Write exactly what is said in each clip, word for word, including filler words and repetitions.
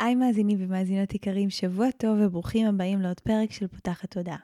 היי מאזינים ומאזינות יקרים, שבוע טוב וברוכים הבאים לעוד פרק של פותחת תודעה.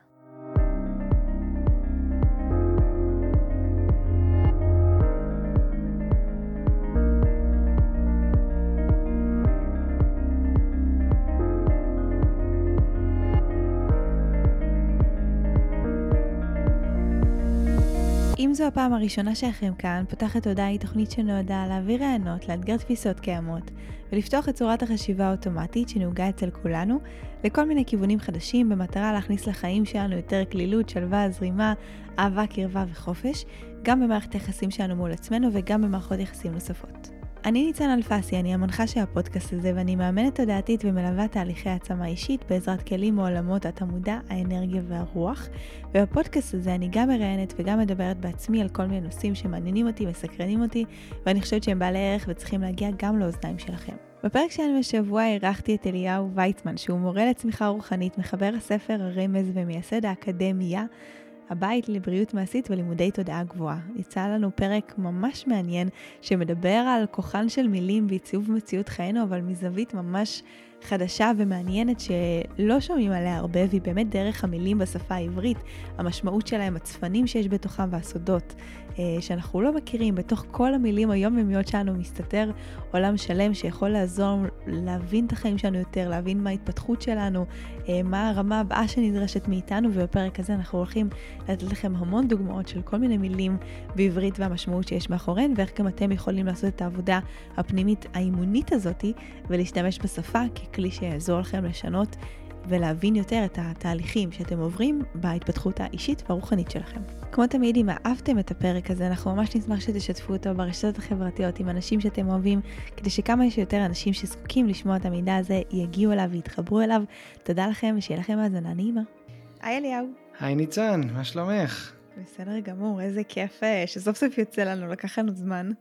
אם זו הפעם הראשונה שלכם כאן, פותחת תודעה היא תוכנית שנועדה להעביר רעיונות, לאתגר תפיסות קיימות, ולפתוח את צורת החשיבה האוטומטית שנהוגה אצל כולנו, לכל מיני כיוונים חדשים במטרה להכניס לחיים שלנו יותר כלילות, שלווה, זרימה, אהבה, קרבה וחופש, גם במערכת היחסים שלנו מול עצמנו וגם במערכות יחסים נוספות. אני ניצן אלפסי, אני המנחה של הפודקאסט הזה, ואני מאמנת תודעתית ומלווה תהליכי העצמה אישית בעזרת כלים מעולמות התמודה, האנרגיה והרוח. ובפודקאסט הזה אני גם מראיינת וגם מדברת בעצמי על כל מיני נושאים שמעניינים אותי, מסקרנים אותי, ואני חושבת שהם בעלי ערך וצריכים להגיע גם לאוזניים שלכם. בפרק שלנו השבוע אירחתי את אליהו ויצמן, שהוא מורה לצמיחה רוחנית, מחבר הספר הרמז ומייסד האקדמיה, הבית לבריאות מעשית ולימודי תודעה גבוהה. יצא לנו פרק ממש מעניין שמדבר על כוחן של מילים בעיצוב מציאות חיינו, אבל מזווית ממש חדשה ומעניינת שלא שומעים עליה הרבה, והיא באמת דרך המילים בשפה העברית, המשמעות שלהם, הצפנים שיש בתוכם והסודות שאנחנו לא מכירים. בתוך כל המילים היומיומיות שלנו מסתתר עולם שלם שיכול לעזור להבין את החיים שלנו יותר, להבין מה ההתפתחות שלנו, מה הרמה הבאה שנדרשת מאיתנו, ובפרק הזה אנחנו הולכים לתת לכם המון דוגמאות של כל מיני מילים בעברית והמשמעות שיש מאחוריהן, ואיך גם אתם יכולים לעשות את העבודה הפנימית האימונית הזאת ולהשתמש בשפה ככלי שיעזור לכם לשנות ולהבין יותר את התהליכים שאתם עוברים בהתפתחות האישית והרוחנית שלכם. כמו תמיד, אם אהבתם את הפרק הזה, אנחנו ממש נשמח שתשתפו אותו ברשתות החברתיות עם אנשים שאתם אוהבים, כדי שכמה שיותר אנשים שזקוקים לשמוע את המידע הזה יגיעו אליו ויתחברו אליו. תודה לכם ושיהיה לכם האזנה נעימה. היי אליהו. היי ניצן, מה שלומך? בסדר גמור, איזה כיף שסוף סוף יוצא לנו, לקח לנו זמן.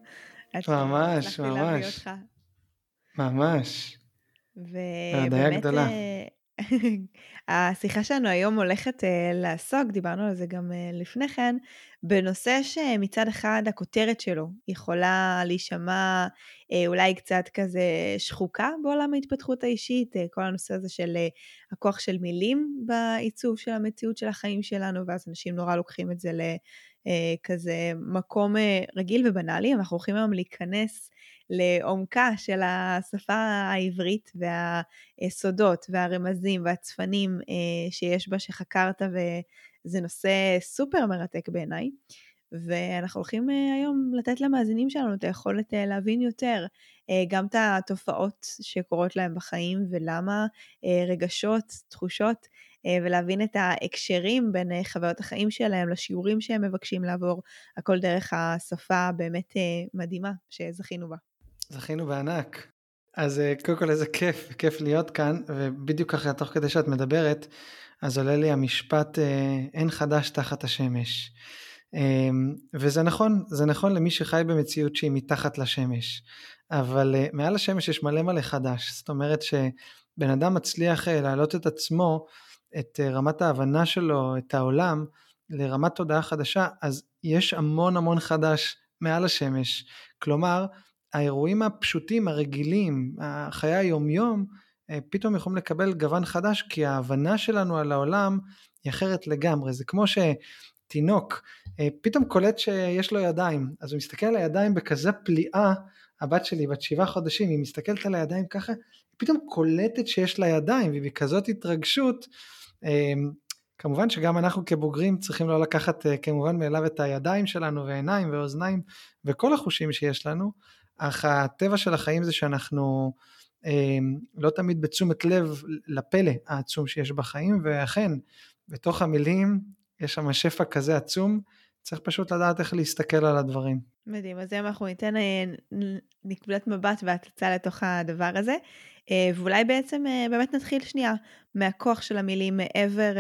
ממש, ממש. ממש. ובאמת השיחה שלנו היום הולכת לעסוק, דיברנו על זה גם לפני כן, בנושא שמצד אחד הכותרת שלו יכולה להישמע אולי קצת כזה שחוקה בעולם ההתפתחות האישית, כל הנושא הזה של הכוח של מילים בעיצוב של המציאות של החיים שלנו, ואז אנשים נורא לוקחים את זה לכזה מקום רגיל ובנאלי. אנחנו הולכים היום להיכנס לעומקה של השפה העברית והסודות והרמזים והצפנים שיש בה שחקרת, וזה נושא סופר מרתק בעיניי, ואנחנו הולכים היום לתת למאזינים שלנו את היכולת להבין יותר גם את התופעות שקורות להם בחיים ולמה, רגשות, תחושות, ולהבין את ההקשרים בין חוויות החיים שלהם לשיעורים שהם מבקשים לעבור, הכל דרך השפה באמת מדהימה שזכינו בה. זכינו בענק. אז קודם כל איזה כיף, כיף להיות כאן, ובדיוק ככה תוך כדי שאת מדברת, אז עולה לי המשפט, אין חדש תחת השמש. וזה נכון, זה נכון למי שחי במציאות שהיא מתחת לשמש, אבל מעל השמש יש מלא מלא חדש. זאת אומרת שבן אדם מצליח להעלות את עצמו, את רמת ההבנה שלו, את העולם, לרמת תודעה חדשה, אז יש המון המון חדש מעל השמש. כלומר, האירועים הפשוטים, הרגילים, החיי היומיום, פתאום יכולים לקבל גוון חדש, כי ההבנה שלנו על העולם היא אחרת לגמרי. זה כמו שתינוק פתאום קולט שיש לו ידיים, אז הוא מסתכל על הידיים בכזה פליאה. הבת שלי בת שבעה חודשים, היא מסתכלת על הידיים ככה, היא פתאום קולטת שיש לה ידיים, והיא בכזאת התרגשות. כמובן שגם אנחנו כבוגרים צריכים לא לקחת כמובן מאליו את הידיים שלנו, ועיניים ואוזניים, וכל החושים שיש לנו, אך הטבע של החיים זה שאנחנו אה, לא תמיד בתשומת לב לפלא העצום שיש בחיים, ואכן בתוך המילים יש שם שפע כזה עצום, צריך פשוט לדעת איך להסתכל על הדברים. מדהים, אז היום אנחנו ניתן נקודת מבט והתצא לתוך הדבר הזה, ואולי בעצם באמת נתחיל שנייה מהכוח של המילים מעבר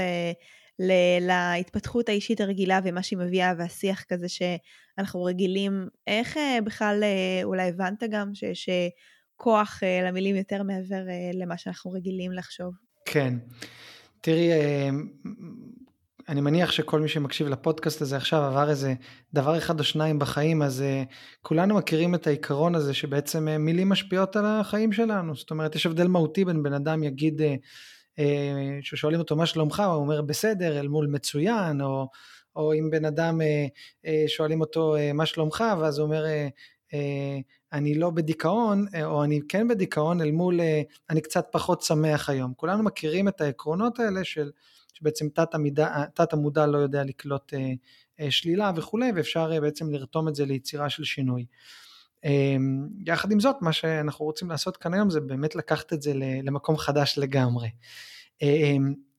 להתפתחות האישית הרגילה ומה שהיא מביאה והשיח כזה שאנחנו רגילים. איך בכלל אולי הבנת גם שיש כוח למילים יותר מעבר למה שאנחנו רגילים לחשוב? כן, תראי, אני מניח שכל מי שמקשיב לפודקאסט הזה עכשיו עבר איזה דבר אחד או שניים בחיים, אז uh, כולנו מכירים את העיקרון הזה שבעצם uh, מילים משפיעות על החיים שלנו. זאת אומרת, יש הבדל מהותי בין בן אדם יגיד, uh, uh, ששואלים אותו מה שלומך, הוא אומר בסדר, אל מול מצוין, או, או אם בן אדם uh, uh, שואלים אותו uh, מה שלומך, ואז הוא אומר uh, uh, אני לא בדיכאון, uh, או אני כן בדיכאון, אל מול uh, אני קצת פחות שמח היום. כולנו מכירים את העקרונות האלה של שבעצם תת המודע, תת המודע לא יודע לקלוט אה, אה, שלילה וכו', ואפשר אה, בעצם לרתום את זה ליצירה של שינוי. אה, יחד עם זאת, מה שאנחנו רוצים לעשות כאן היום, זה באמת לקחת את זה למקום חדש לגמרי. אה,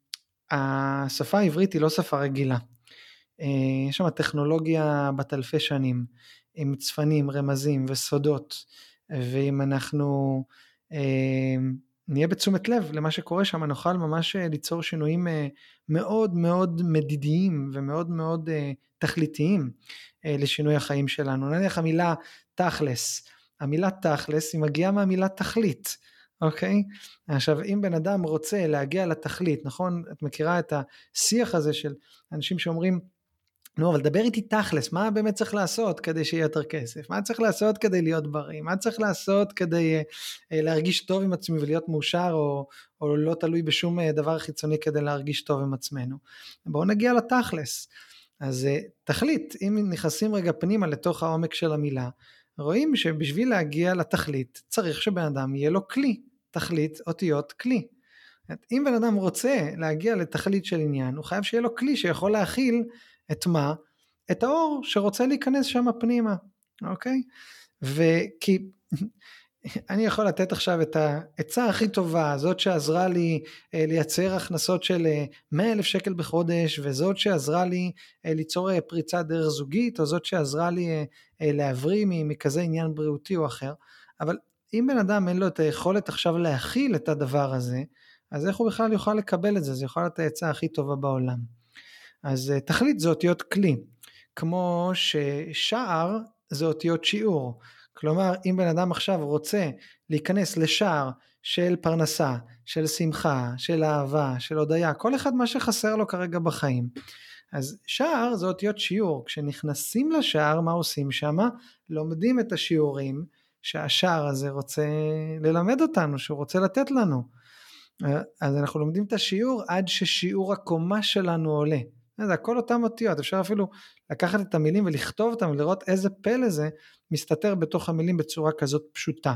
אה, השפה העברית היא לא שפה רגילה. אה, יש שם טכנולוגיה בת אלפי שנים, עם צפנים, רמזים וסודות, ואם אנחנו... אה, נהיה בתשומת לב למה שקורה שם, נוכל ממש ליצור שינויים מאוד מאוד מדידיים ומאוד מאוד תכליתיים לשינוי החיים שלנו. נניח המילה תכלס, המילה תכלס היא מגיעה מהמילה תכלית, אוקיי? עכשיו אם בן אדם רוצה להגיע לתכלית, נכון? את מכירה את השיח הזה של אנשים שאומרים, נו, אבל דבר איתי תכלס, מה באמת צריך לעשות כדי שיהיה יותר כסף? מה צריך לעשות כדי להיות בריא? מה צריך לעשות כדי uh, להרגיש טוב עם עצמי ולהיות מאושר, או, או לא תלוי בשום uh, דבר חיצוני כדי להרגיש טוב עם עצמנו? בואו נגיע לתכלס. אז uh, תכלית, אם נכנסים רגע פנימה לתוך העומק של המילה, רואים שבשביל להגיע לתכלית, צריך שבן אדם יהיה לו כלי, תכלית אותיות כלי. אם בן אדם רוצה להגיע לתכלית של עניין, הוא חייב שיהיה לו כלי שיכול להכיל את מה? את האור שרוצה להיכנס שם פנימה, אוקיי? וכי אני יכול לתת עכשיו את העצה הכי טובה, זאת שעזרה לי לייצר הכנסות של מאה אלף שקל בחודש, וזאת שעזרה לי ליצור פריצת דרך זוגית, או זאת שעזרה לי להבריא מכזה עניין בריאותי או אחר, אבל אם בן אדם אין לו את היכולת עכשיו להכיל את הדבר הזה, אז איך הוא בכלל יוכל לקבל את זה? זה יכול להיות העצה הכי טובה בעולם. אז תכלית זה אותיות כלי, כמו ששער זה אותיות שיעור, כלומר אם בן אדם עכשיו רוצה להיכנס לשער של פרנסה, של שמחה, של אהבה, של הודיה, כל אחד מה שחסר לו כרגע בחיים, אז שער זה אותיות שיעור, כשנכנסים לשער מה עושים שם? לומדים את השיעורים שהשער הזה רוצה ללמד אותנו, שהוא רוצה לתת לנו, אז אנחנו לומדים את השיעור עד ששיעור הקומה שלנו עולה, זה הכל אותם אותיות, אפשר אפילו לקחת את המילים ולכתוב אותם ולראות איזה פלא זה מסתתר בתוך המילים בצורה כזאת פשוטה.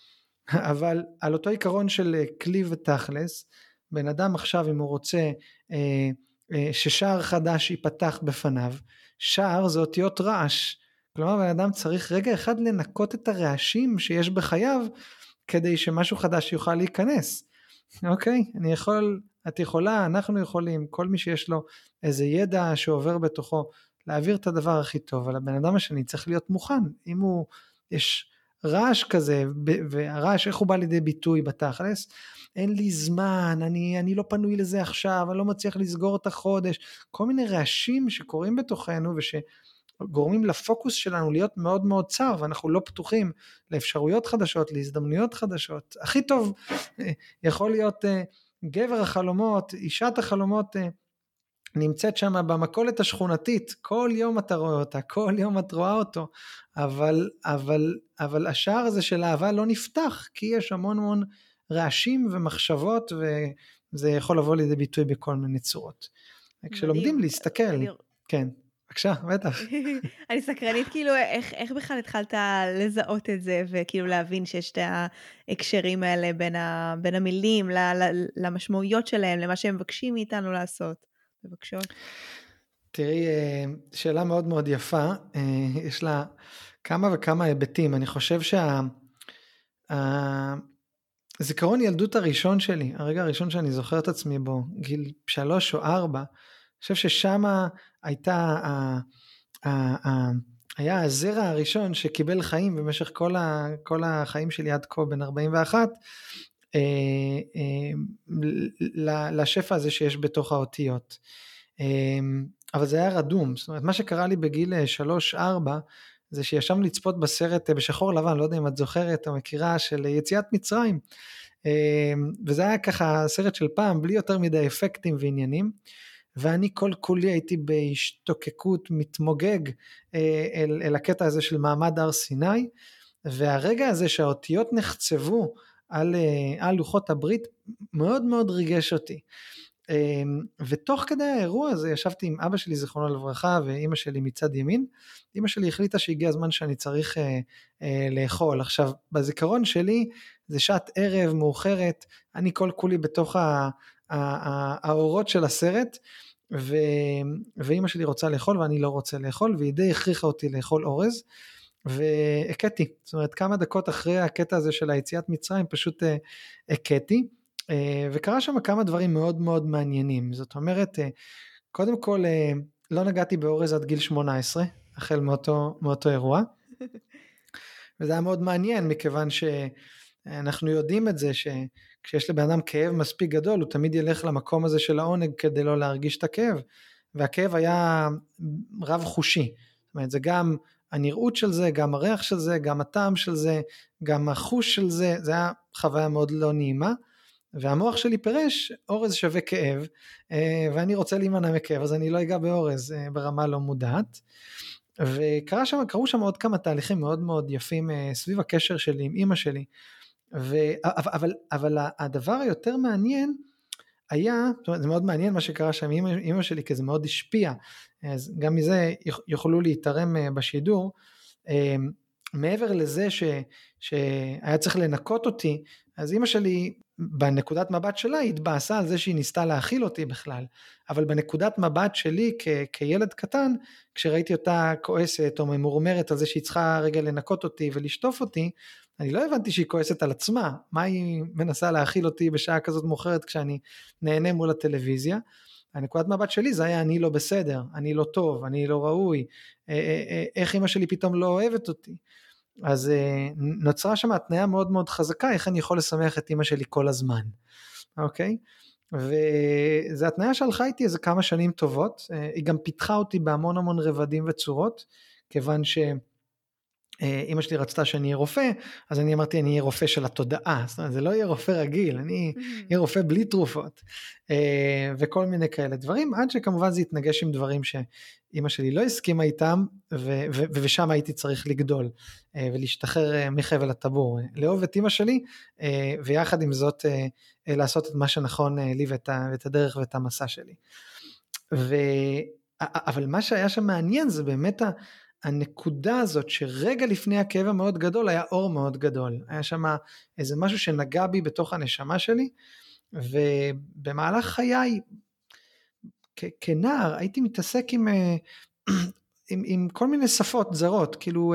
אבל על אותו עיקרון של כלי ותכלס, בן אדם עכשיו אם הוא רוצה אה, אה, ששער חדש ייפתח בפניו, שער זה אותיות רעש, כלומר בן אדם צריך רגע אחד לנקות את הרעשים שיש בחייו, כדי שמשהו חדש יוכל להיכנס. אוקיי, אני יכול, את יכולה, אנחנו יכולים, כל מי שיש לו איזה ידע שעובר בתוכו, להעביר את הדבר הכי טוב, אבל הבן אדם השני צריך להיות מוכן, אם הוא, יש רעש כזה, והרעש איך הוא בא לידי ביטוי בתכלס, אין לי זמן, אני, אני לא פנוי לזה עכשיו, אני לא מצליח לסגור את החודש, כל מיני רעשים שקורים בתוכנו, ושגורמים לפוקוס שלנו להיות מאוד מאוד צר, ואנחנו לא פתוחים לאפשרויות חדשות, להזדמנויות חדשות, הכי טוב יכול להיות גבר החלומות, אישת החלומות, נמצאת שם במכולת השכונתית, כל יום אתה רואה אותה, כל יום את רואה אותו, אבל, אבל, אבל השער הזה של אהבה לא נפתח, כי יש המון המון רעשים ומחשבות, וזה יכול לבוא לידי ביטוי בכל מיני צורות. כשלומדים להסתכל, כן, בבקשה, בטח. אני סקרנית כאילו איך, איך בכלל התחלת לזהות את זה, וכאילו להבין שיש את ההקשרים האלה בין, ה, בין המילים, למשמעויות שלהם, למה שהם מבקשים מאיתנו לעשות. בבקשות. תראי, שאלה מאוד מאוד יפה, יש לה כמה וכמה היבטים, אני חושב שהזיכרון ילדות הראשון שלי, הרגע הראשון שאני זוכר את עצמי בו, גיל שלוש או ארבע, אני חושב ששם הייתה, היה הזרע הראשון שקיבל חיים במשך כל, ה, כל החיים שלי עד כה בן ארבעים ואחת, לשפע הזה שיש בתוך האותיות, אבל זה היה רדום. זאת אומרת, מה שקרה לי בגיל שלוש ארבע זה שישם לצפות בסרט בשחור לבן, לא יודע אם את זוכרת או מכירה, של יציאת מצרים, וזה היה ככה סרט של פעם בלי יותר מדי אפקטים ועניינים, ואני כל כולי הייתי בהשתוקקות, מתמוגג אל, אל הקטע הזה של מעמד הר סיני, והרגע הזה שהאותיות נחצבו על, על לוחות הברית, מאוד מאוד ריגש אותי. ותוך כדי האירוע הזה ישבתי עם אבא שלי זיכרונו לברכה ואמא שלי מצד ימין. אמא שלי החליטה שהגיע הזמן שאני צריך אה, אה, לאכול. עכשיו בזיכרון שלי זה שעת ערב מאוחרת, אני כל כולי בתוך האורות של הסרט, ו, ואמא שלי רוצה לאכול ואני לא רוצה לאכול, והיא די הכריחה אותי לאכול אורז, והקטי, זאת אומרת כמה דקות אחרי הקטע הזה של היציאת מצרים פשוט אה, הקטי, וקרה שם כמה דברים מאוד מאוד מעניינים. זאת אומרת, קודם כל לא נגעתי באורז עד גיל שמונה עשרה, החל מאותו, מאותו אירוע, וזה היה מאוד מעניין, מכיוון שאנחנו יודעים את זה, שכשיש לבן אדם כאב מספיק גדול, הוא תמיד ילך למקום הזה של העונג, כדי לא להרגיש את הכאב, והכאב היה רב חושי, זאת אומרת, זה גם הנראות של זה, גם הריח של זה, גם הטעם של זה, גם החוש של זה, זה היה חוויה מאוד לא נעימה, והמוח שלי פירש, אורז שווה כאב, ואני רוצה להימנע מכאב, אז אני לא אגע באורז ברמה לא מודעת, וקרה שם, קראו שם עוד כמה תהליכים מאוד מאוד יפים, סביב הקשר שלי עם אמא שלי, ו, אבל, אבל הדבר היותר מעניין, היה, זאת אומרת, זה מאוד מעניין מה שקרה שם עם אמא, אמא שלי, כי זה מאוד השפיע, אז גם מזה יוכלו להתערם בשידור, מעבר לזה ש, שהיה צריך לנקות אותי, אז אמא שלי, בנקודת מבט שלה, היא התבאסה על זה שהיא ניסתה להכיל אותי בכלל, אבל בנקודת מבט שלי, כ, כילד קטן, כשראיתי אותה כועסת או ממורמרת על זה שהיא צריכה רגע לנקות אותי ולשטוף אותי, אני לא הבנתי שהיא כועסת על עצמה, מה היא מנסה להכיל אותי בשעה כזאת מאוחרת כשאני נהנה מול הטלוויזיה, הנקודת מבט שלי זה היה אני לא בסדר, אני לא טוב, אני לא ראוי, איך אמא שלי פתאום לא אוהבת אותי, אז נוצרה שם התניה מאוד מאוד חזקה, איך אני יכול לשמח את אמא שלי כל הזמן, אוקיי? וזו התניה שהלכה איתי איזה כמה שנים טובות, היא גם פיתחה אותי בהמון המון רבדים וצורות, כיוון ש... אמא שלי רצתה שאני אהיה רופא, אז אני אמרתי אני אהיה רופא של התודעה, זאת אומרת זה לא יהיה רופא רגיל, אני אהיה רופא בלי תרופות, וכל מיני כאלה דברים, עד שכמובן זה יתנגש עם דברים שאמא שלי לא הסכימה איתם, ושם הייתי צריך לגדול, ולהשתחרר מחבל הטבור, לאהוב את אמא שלי, ויחד עם זאת לעשות את מה שנכון לי ואת הדרך ואת המסע שלי. אבל מה שהיה שם מעניין זה באמת ה... הנקודה הזאת שרגע לפני הכאב המאוד גדול היה אור מאוד גדול, היה שם איזה משהו שנגע בי בתוך הנשמה שלי, ובמהלך חיי כ- כנער הייתי מתעסק עם, עם, עם כל מיני שפות זרות, כאילו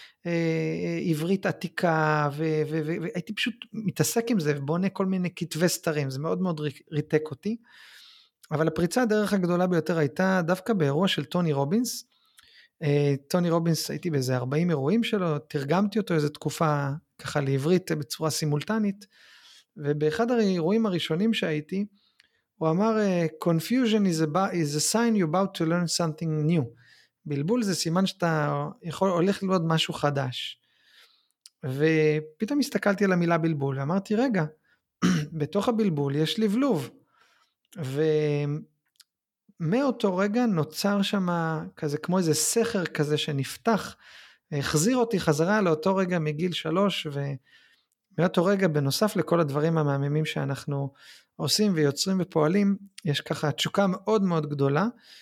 עברית עתיקה, ו- ו- ו- והייתי פשוט מתעסק עם זה ובונה כל מיני כתבי סתרים, זה מאוד מאוד ריתק אותי, אבל הפריצה הדרך הגדולה ביותר הייתה דווקא באירוע של טוני רובינס, טוני רובינס, הייתי באיזה ארבעים אירועים שלו, תרגמתי אותו איזו תקופה ככה לעברית בצורה סימולטנית, ובאחד האירועים הראשונים שהייתי, הוא אמר, confusion is a, is a sign you're about to learn something new, בלבול זה סימן שאתה יכול, הולך ללמוד משהו חדש, ופתאום הסתכלתי על המילה בלבול, ואמרתי רגע, בתוך הבלבול יש לבלוב, ו... מאותו רגע נוצר שם כזה כמו איזה סכר כזה שנפתח, החזיר אותי חזרה לאותו רגע מגיל שלוש, ומאותו רגע בנוסף לכל הדברים המהממים שאנחנו עושים ויוצרים ופועלים, יש ככה תשוקה מאוד מאוד גדולה,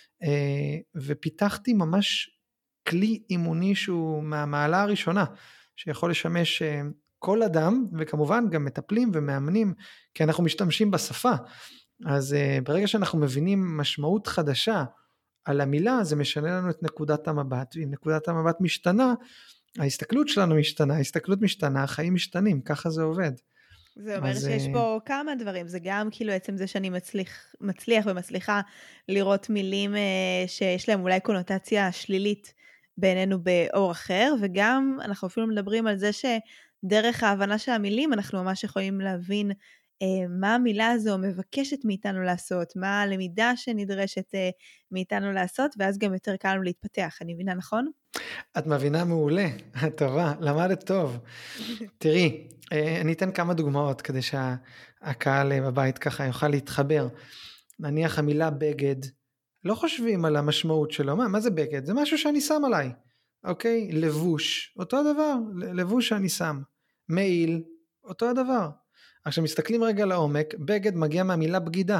ופיתחתי ממש כלי אימוני שהוא מהמעלה הראשונה, שיכול לשמש כל אדם, וכמובן גם מטפלים ומאמנים, כי אנחנו משתמשים בשפה, אז uh, ברגע שאנחנו מבינים משמעות חדשה על המילה, זה משנה לנו את נקודת המבט, ואם נקודת המבט משתנה, ההסתכלות שלנו משתנה, ההסתכלות משתנה, החיים משתנים, ככה זה עובד. זה אומר אז, שיש פה כמה דברים, זה גם כאילו עצם זה שאני מצליח, מצליח ומצליחה לראות מילים uh, שיש להם אולי קונוטציה שלילית בעינינו באור אחר, וגם אנחנו אפילו מדברים על זה שדרך ההבנה של המילים, אנחנו ממש יכולים להבין מה המילה הזו מבקשת מאיתנו לעשות, מה הלמידה שנדרשת מאיתנו לעשות, ואז גם יותר קל לנו להתפתח, אני מבינה נכון? את מבינה מעולה, טובה, למדת טוב. תראי, אני אתן כמה דוגמאות, כדי שהקהל בבית ככה יוכל להתחבר. נניח המילה בגד, לא חושבים על המשמעות שלו, מה, מה זה בגד? זה משהו שאני שם עליי, אוקיי? לבוש, אותו דבר, לבוש שאני שם. מעיל, אותו הדבר. עכשיו מסתכלים רגע לעומק, בגד מגיע מהמילה בגידה,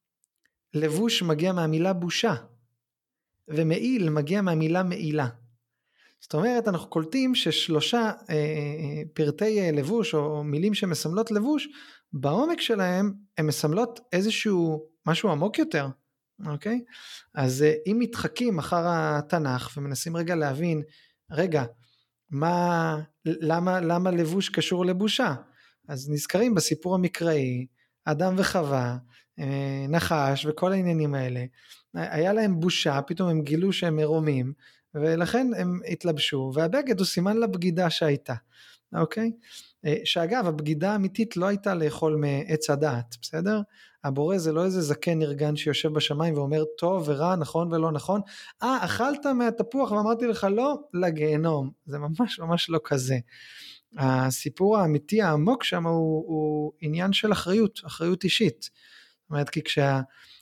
לבוש מגיע מהמילה בושה, ומעיל מגיע מהמילה מעילה. זאת אומרת, אנחנו קולטים ששלושה אה, פרטי אה, לבוש, או מילים שמסמלות לבוש, בעומק שלהם, הן מסמלות איזשהו משהו עמוק יותר, אוקיי? אז אה, אם מתחקים אחר התנ"ך, ומנסים רגע להבין, רגע, מה, למה, למה לבוש קשור לבושה? אז נזכרים בסיפור המקראי, אדם וחווה, אה, נחש וכל העניינים האלה, היה להם בושה, פתאום הם גילו שהם מרומים, ולכן הם התלבשו, והבגד הוא סימן לבגידה שהייתה, אוקיי? שאגב, הבגידה האמיתית לא הייתה לאכול מעץ הדעת, בסדר? הבורא זה לא איזה זקן נרגן שיושב בשמיים ואומר טוב ורע, נכון ולא נכון, אה, אכלת מהתפוח ואמרתי לך לא, לגיהנום, זה ממש ממש לא כזה. הסיפור האמיתי העמוק שם הוא, הוא עניין של אחריות, אחריות אישית. זאת אומרת, כי כשה...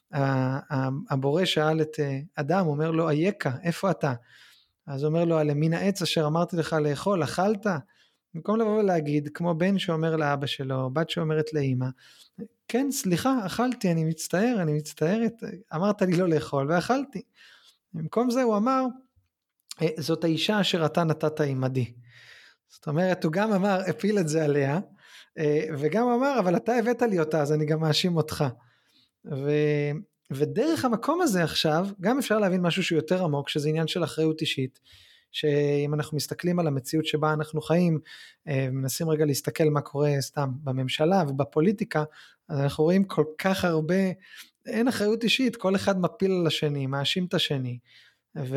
הבורא שאל את אדם, הוא אומר לו, אייכה, איפה אתה? אז הוא אומר לו, על מן העץ אשר אמרתי לך לאכול, אכלת? במקום לבוא ולהגיד, כמו בן שאומר לאבא שלו, בת שאומרת לאמא, כן, סליחה, אכלתי, אני מצטער, אני מצטערת, אמרת לי לא לאכול, ואכלתי. במקום זה הוא אמר, זאת האישה אשר אתה נתת עמדי. זאת אומרת, הוא גם אמר, הפיל את זה עליה, וגם אמר, אבל אתה הבאת לי אותה, אז אני גם מאשים אותך. ו, ודרך המקום הזה עכשיו, גם אפשר להבין משהו שהוא יותר עמוק, שזה עניין של אחריות אישית, שאם אנחנו מסתכלים על המציאות שבה אנחנו חיים, מנסים רגע להסתכל מה קורה סתם בממשלה ובפוליטיקה, אז אנחנו רואים כל כך הרבה, אין אחריות אישית, כל אחד מפיל על השני, מאשים את השני, ו,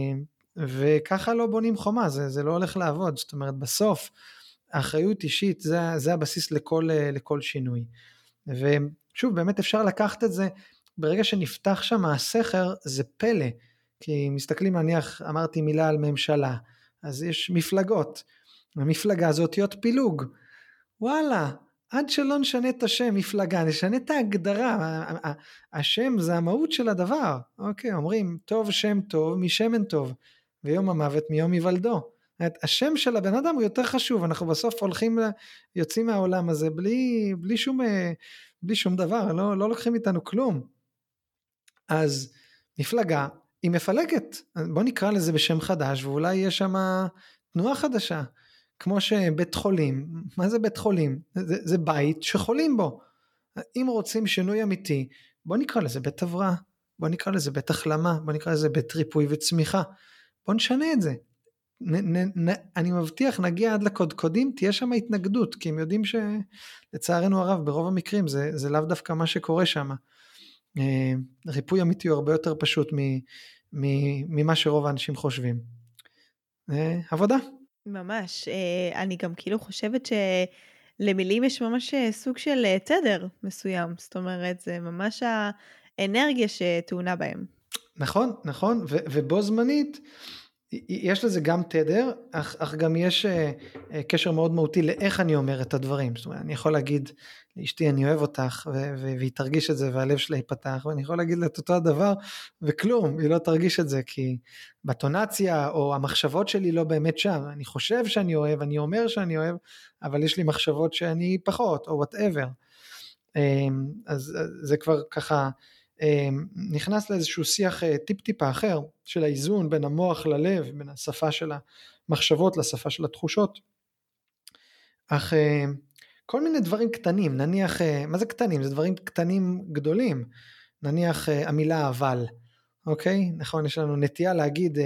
וככה לא בונים חומה, זה, זה לא הולך לעבוד, זאת אומרת בסוף, האחריות אישית זה, זה הבסיס לכל, לכל שינוי, ו... שוב, באמת אפשר לקחת את זה, ברגע שנפתח שם הסכר, זה פלא, כי מסתכלים נניח, אמרתי מילה על ממשלה, אז יש מפלגות, המפלגה זה אותיות פילוג, וואלה, עד שלא נשנה את השם מפלגה, נשנה את ההגדרה, השם זה המהות של הדבר, אוקיי, אומרים, טוב שם טוב, משמן טוב, ויום המוות מיום היוולדו, השם של הבן אדם הוא יותר חשוב, אנחנו בסוף הולכים, יוצאים מהעולם הזה, בלי, בלי שום... בלי שום דבר, לא, לא לוקחים איתנו כלום. אז מפלגה היא מפלגת, בוא נקרא לזה בשם חדש, ואולי יש שם תנועה חדשה, כמו שבית חולים, מה זה בית חולים? זה, זה בית שחולים בו. אם רוצים שינוי אמיתי, בוא נקרא לזה בית עברה, בוא נקרא לזה בית החלמה, בוא נקרא לזה בית ריפוי וצמיחה, בוא נשנה את זה. נ, נ, נ, אני מבטיח נגיע עד לקודקודים, תהיה שם התנגדות, כי הם יודעים שלצערנו הרב ברוב המקרים זה, זה לאו דווקא מה שקורה שם. אה, ריפוי אמיתי הוא הרבה יותר פשוט מ, מ, ממה שרוב האנשים חושבים. אה, עבודה. ממש, אה, אני גם כאילו חושבת שלמילים יש ממש סוג של תדר מסוים, זאת אומרת זה ממש האנרגיה שטעונה בהם. נכון, נכון, ו, ובו זמנית, יש לזה גם תדר, אך, אך גם יש uh, קשר מאוד מהותי לאיך אני אומר את הדברים. זאת אומרת, אני יכול להגיד לאשתי אני אוהב אותך, ו- ו- והיא תרגיש את זה והלב שלה ייפתח, ואני יכול להגיד לה את אותו הדבר, וכלום, היא לא תרגיש את זה, כי בטונציה או המחשבות שלי לא באמת שם, אני חושב שאני אוהב, אני אומר שאני אוהב, אבל יש לי מחשבות שאני פחות, או whatever. אז זה כבר ככה, נכנס לאיזשהו שיח טיפ טיפה אחר של האיזון בין המוח ללב, בין השפה של המחשבות לשפה של התחושות. אך כל מיני דברים קטנים, נניח, מה זה קטנים? זה דברים קטנים גדולים, נניח המילה אבל, אוקיי? נכון, יש לנו נטייה להגיד,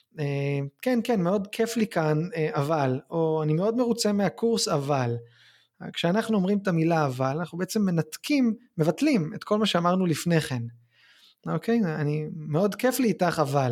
כן כן מאוד כיף לי כאן אבל, או אני מאוד מרוצה מהקורס אבל, כשאנחנו אומרים את המילה אבל, אנחנו בעצם מנתקים, מבטלים את כל מה שאמרנו לפני כן. אוקיי? אני, מאוד כיף לי איתך אבל.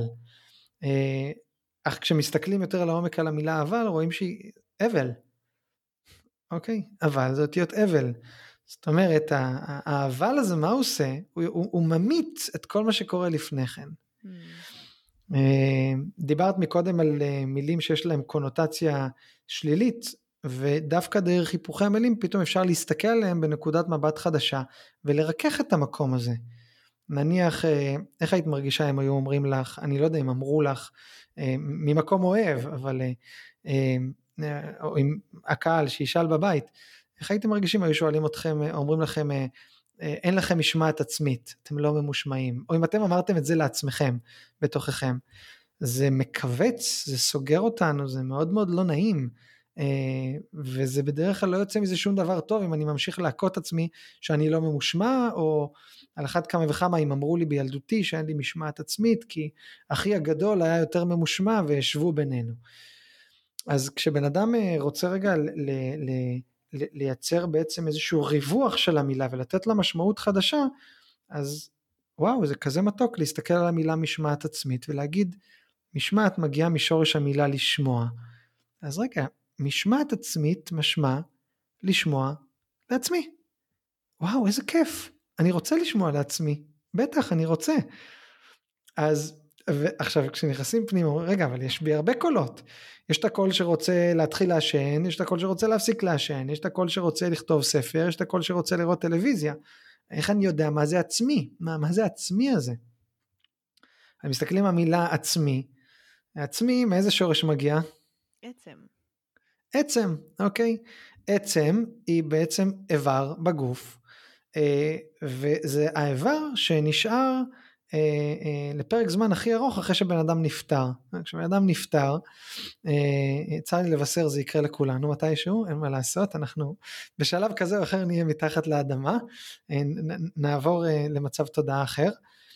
אך כשמסתכלים יותר לעומק על המילה אבל, רואים שהיא אבל. אוקיי? אבל, זה אותיות אבל. זאת אומרת, האבל הזה, מה הוא עושה? הוא, הוא, הוא ממית את כל מה שקורה לפני כן. Mm. דיברת מקודם על מילים שיש להם קונוטציה שלילית, ודווקא דרך היפוכי המילים פתאום אפשר להסתכל עליהם בנקודת מבט חדשה ולרכך את המקום הזה. נניח, איך היית מרגישה אם היו אומרים לך, אני לא יודע אם אמרו לך, ממקום אוהב, אבל, או עם הקהל שישאל בבית, איך הייתם מרגישים, היו שואלים אתכם, אומרים לכם, אין לכם משמעת עצמית, אתם לא ממושמעים, או אם אתם אמרתם את זה לעצמכם, בתוככם, זה מקווץ, זה סוגר אותנו, זה מאוד מאוד לא נעים, וזה בדרך כלל לא יוצא מזה שום דבר טוב, אם אני ממשיך להכות עצמי שאני לא ממושמע, או על אחת כמה וכמה אם אמרו לי בילדותי שאין לי משמעת עצמית, כי אחי הגדול היה יותר ממושמע וישבו בינינו. אז כשבן אדם רוצה רגע ל- ל- ל- לייצר בעצם איזשהו ריווח של המילה, ולתת לה משמעות חדשה, אז וואו, זה כזה מתוק להסתכל על המילה משמעת עצמית, ולהגיד, משמעת מגיעה משורש המילה לשמוע. אז רגע, משמעת עצמית משמע לשמוע לעצמי. וואו, איזה כיף. אני רוצה לשמוע לעצמי. בטח, אני רוצה. אז, ועכשיו, כשנכנסים פנימה, רגע, אבל יש בי הרבה קולות. יש את הקול שרוצה להתחיל לעשן, יש את הקול שרוצה להפסיק לעשן, יש את הקול שרוצה לכתוב ספר, יש את הקול שרוצה לראות טלוויזיה. איך אני יודע מה זה עצמי? מה, מה זה עצמי הזה? אני מסתכלים על המילה עצמי. עצמי, מאיזה שורש מגיע? עצם. עצם, אוקיי? עצם היא בעצם איבר בגוף, וזה האיבר שנשאר לפרק זמן הכי ארוך אחרי שבן אדם נפטר. כשבן אדם נפטר, צר לי לבשר, זה יקרה לכולנו מתישהו, אין מה לעשות, אנחנו בשלב כזה או אחר נהיה מתחת לאדמה, נעבור למצב תודעה אחר,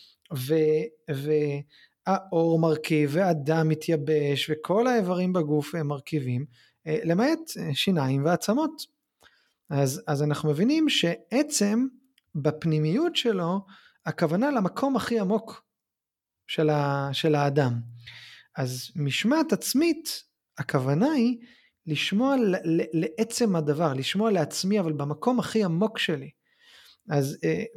והאור מרכיב, והדם מתייבש, וכל האיברים בגוף הם מרכיבים, למעט שיניים ועצמות. אז, אז אנחנו מבינים שעצם בפנימיות שלו, הכוונה למקום הכי עמוק של, ה, של האדם. אז משמעת עצמית, הכוונה היא לשמוע ל, ל, לעצם הדבר, לשמוע לעצמי, אבל במקום הכי עמוק שלי. אז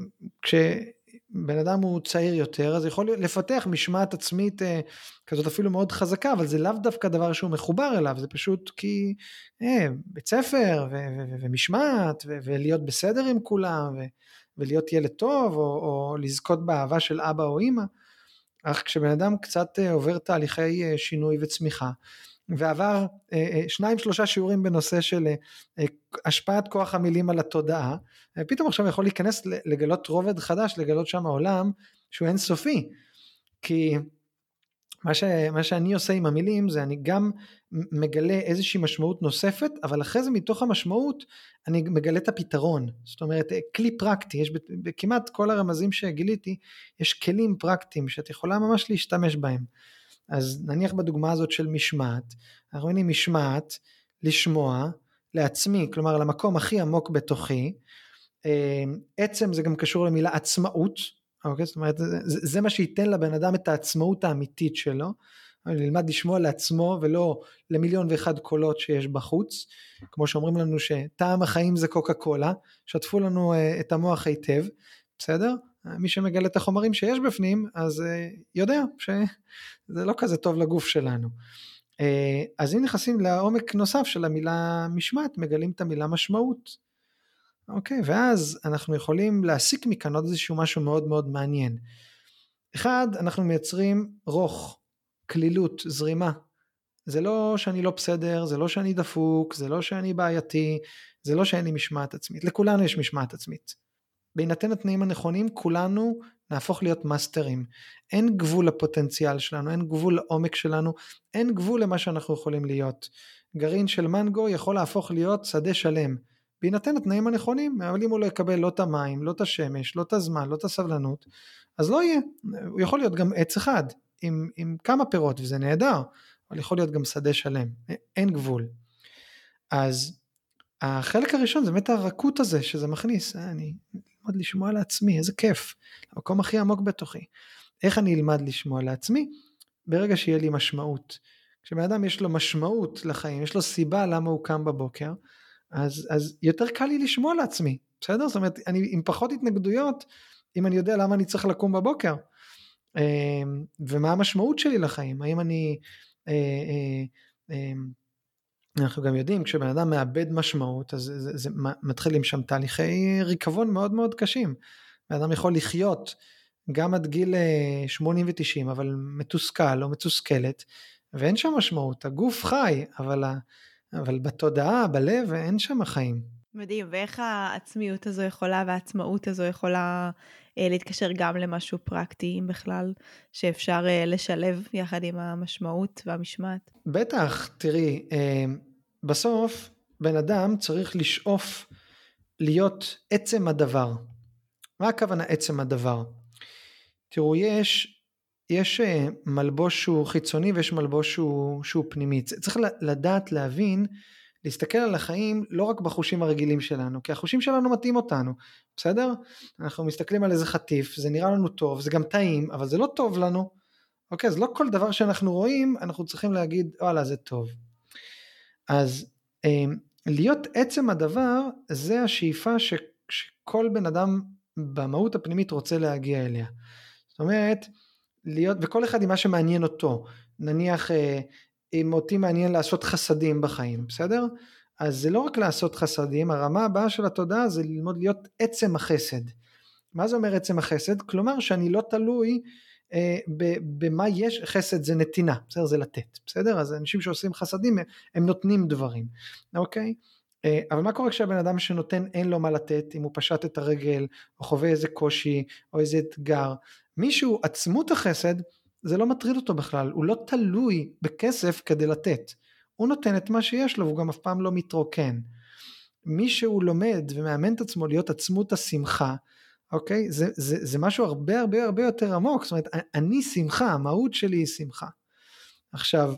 כשבן אדם הוא צעיר יותר, אז יכול לפתח משמעת עצמית כזאת אפילו מאוד חזקה, אבל זה לאו דווקא דבר שהוא מחובר אליו, זה פשוט כי אה, בית ספר ו- ו- ו- ומשמעת ו- ולהיות בסדר עם כולם ו- ולהיות ילד טוב, או, או לזכות באהבה של אבא או אמא. אך כשבן אדם קצת עובר תהליכי שינוי וצמיחה, ועבר שניים שלושה שיעורים בנושא של השפעת כוח המילים על התודעה, פתאום עכשיו יכול להיכנס לגלות רובד חדש, לגלות שם העולם שהוא אינסופי, כי מה, ש, מה שאני עושה עם המילים זה אני גם מגלה איזושהי משמעות נוספת, אבל אחרי זה מתוך המשמעות אני מגלה את הפתרון, זאת אומרת כלי פרקטי, יש בכמעט כל הרמזים שגיליתי, יש כלים פרקטיים שאת יכולה ממש להשתמש בהם. אז נניח בדוגמה הזאת של משמעת, אנחנו רואים משמעת, לשמוע, לעצמי, כלומר למקום הכי עמוק בתוכי, עצם זה גם קשור למילה עצמאות, אוקיי? זאת אומרת, זה, זה מה שייתן לבן אדם את העצמאות האמיתית שלו, ללמד לשמוע לעצמו ולא למיליון ואחד קולות שיש בחוץ, כמו שאומרים לנו שטעם החיים זה קוקה קולה, שתפו לנו את המוח היטב, בסדר? מי שמגלה את החומרים שיש בפנים, אז יודע שזה לא כזה טוב לגוף שלנו. אז אם נכנסים לעומק נוסף של המילה משמעת, מגלים את המילה משמעות. אוקיי, ואז אנחנו יכולים להסיק מכאן עוד איזשהו משהו מאוד מאוד מעניין. אחד, אנחנו מייצרים רוך, כלילות, זרימה. זה לא שאני לא בסדר, זה לא שאני דפוק, זה לא שאני בעייתי, זה לא שאין לי משמעת עצמית. לכולנו יש משמעת עצמית. בהינתן התנאים הנכונים, כולנו נהפוך להיות מאסטרים. אין גבול לפוטנציאל שלנו, אין גבול לעומק שלנו, אין גבול למה שאנחנו יכולים להיות. גרעין של מנגו יכול להפוך להיות שדה שלם. בהינתן התנאים הנכונים, אבל אם הוא לא יקבל לא את המים, לא את השמש, לא את הזמן, לא את הסבלנות, אז לא יהיה. הוא יכול להיות גם עץ אחד, עם, עם כמה פירות, וזה נהדר, אבל יכול להיות גם שדה שלם. אין גבול. אז החלק הראשון זה באמת הרכות הזה שזה מכניס, אני אלמד לשמוע לעצמי, איזה כיף, המקום הכי עמוק בתוכי. איך אני אלמד לשמוע לעצמי? ברגע שיהיה לי משמעות. כשבן אדם יש לו משמעות לחיים, יש לו סיבה למה הוא קם בבוקר, אז, אז יותר קל לי לשמוע לעצמי, בסדר? זאת אומרת, אני עם פחות התנגדויות, אם אני יודע למה אני צריך לקום בבוקר, ומה המשמעות שלי לחיים, האם אני... אנחנו גם יודעים, כשבן אדם מאבד משמעות, אז זה, זה מתחילים שם תהליכי ריקבון מאוד מאוד קשים. בן אדם יכול לחיות גם עד גיל שמונים ותשעים, אבל מתוסכל או מתוסכלת, ואין שם משמעות, הגוף חי, אבל, אבל בתודעה, בלב, אין שם חיים. מדהים, ואיך העצמיות הזו יכולה, והעצמאות הזו יכולה אה, להתקשר גם למשהו פרקטי, אם בכלל, שאפשר אה, לשלב יחד עם המשמעות והמשמעת? בטח, תראי, אה, בסוף בן אדם צריך לשאוף להיות עצם הדבר. מה הכוונה עצם הדבר? תראו, יש, יש מלבוש שהוא חיצוני ויש מלבוש שהוא, שהוא פנימי. צריך לדעת, להבין, להסתכל על החיים לא רק בחושים הרגילים שלנו, כי החושים שלנו מתאים אותנו, בסדר? אנחנו מסתכלים על איזה חטיף, זה נראה לנו טוב, זה גם טעים, אבל זה לא טוב לנו, אוקיי? אז לא כל דבר שאנחנו רואים, אנחנו צריכים להגיד, וואלה, זה טוב. אז להיות עצם הדבר, זה השאיפה ש, שכל בן אדם במהות הפנימית רוצה להגיע אליה. זאת אומרת, להיות, וכל אחד עם מה שמעניין אותו, נניח, אם אותי מעניין לעשות חסדים בחיים, בסדר? אז זה לא רק לעשות חסדים, הרמה הבאה של התודעה זה ללמוד להיות עצם החסד. מה זה אומר עצם החסד? כלומר שאני לא תלוי אה, במה יש, חסד זה נתינה, בסדר? זה לתת, בסדר? אז אנשים שעושים חסדים, הם נותנים דברים, אוקיי? אה, אבל מה קורה כשהבן אדם שנותן אין לו מה לתת, אם הוא פשט את הרגל, או חווה איזה קושי, או איזה אתגר, מישהו, עצמות החסד, זה לא מטריד אותו בכלל, הוא לא תלוי בכסף כדי לתת, הוא נותן את מה שיש לו, והוא גם אף פעם לא מתרוקן. מי שהוא לומד ומאמן את עצמו להיות עצמות השמחה, אוקיי? זה, זה, זה משהו הרבה הרבה הרבה יותר עמוק, זאת אומרת, אני שמחה, המהות שלי היא שמחה. עכשיו,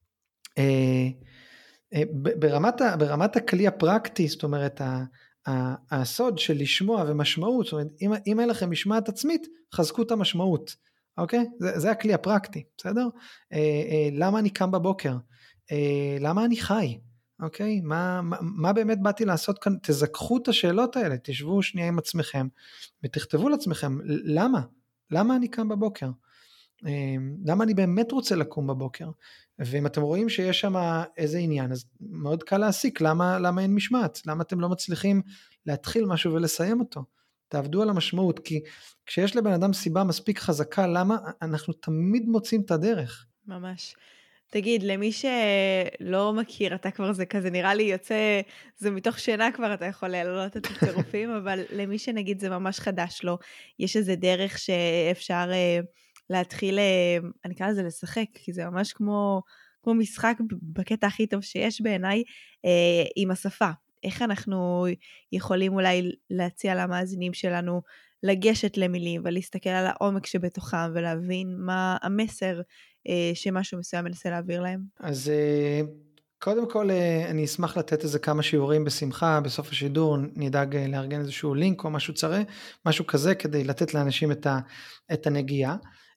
אה, אה, ברמת, ה, ברמת הכלי הפרקטי, זאת אומרת, ה, ה, הסוד של לשמוע ומשמעות, זאת אומרת, אם, אם אין לכם משמעת עצמית, חזקו את המשמעות, אוקיי? זה, זה הכלי הפרקטי, בסדר? אה, אה, למה אני קם בבוקר? אה, למה אני חי? אוקיי? מה, מה, מה באמת באתי לעשות כאן? תזכחו את השאלות האלה, תשבו שנייה עם עצמכם, ותכתבו לעצמכם, למה? למה אני קם בבוקר? למה אני באמת רוצה לקום בבוקר? ואם אתם רואים שיש שם איזה עניין, אז מאוד קל להסיק, למה, למה אין משמעת? למה אתם לא מצליחים להתחיל משהו ולסיים אותו? תעבדו על המשמעות, כי כשיש לבן אדם סיבה מספיק חזקה, למה אנחנו תמיד מוצאים את הדרך? ממש. תגיד, למי שלא מכיר, אתה כבר זה כזה, נראה לי יוצא, זה מתוך שינה כבר אתה יכול להעלות את הצירופים, אבל למי שנגיד זה ממש חדש לו, יש איזה דרך שאפשר אה, להתחיל, אה, אני אקרא לזה לשחק, כי זה ממש כמו, כמו משחק בקטע הכי טוב שיש בעיניי, אה, עם השפה. איך אנחנו יכולים אולי להציע למאזינים שלנו לגשת למילים ולהסתכל על העומק שבתוכם ולהבין מה המסר שמשהו מסוים מנסה להעביר להם? אז קודם כל אני אשמח לתת איזה כמה שיעורים בשמחה, בסוף השידור נדאג לארגן איזשהו לינק או משהו צרה, משהו כזה כדי לתת לאנשים את, ה, את הנגיעה.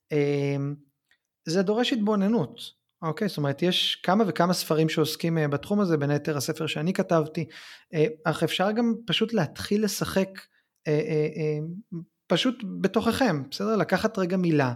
זה דורש התבוננות, אוקיי? זאת אומרת יש כמה וכמה ספרים שעוסקים בתחום הזה, בין היתר הספר שאני כתבתי, אך אפשר גם פשוט להתחיל לשחק פשוט בתוככם, בסדר? לקחת רגע מילה,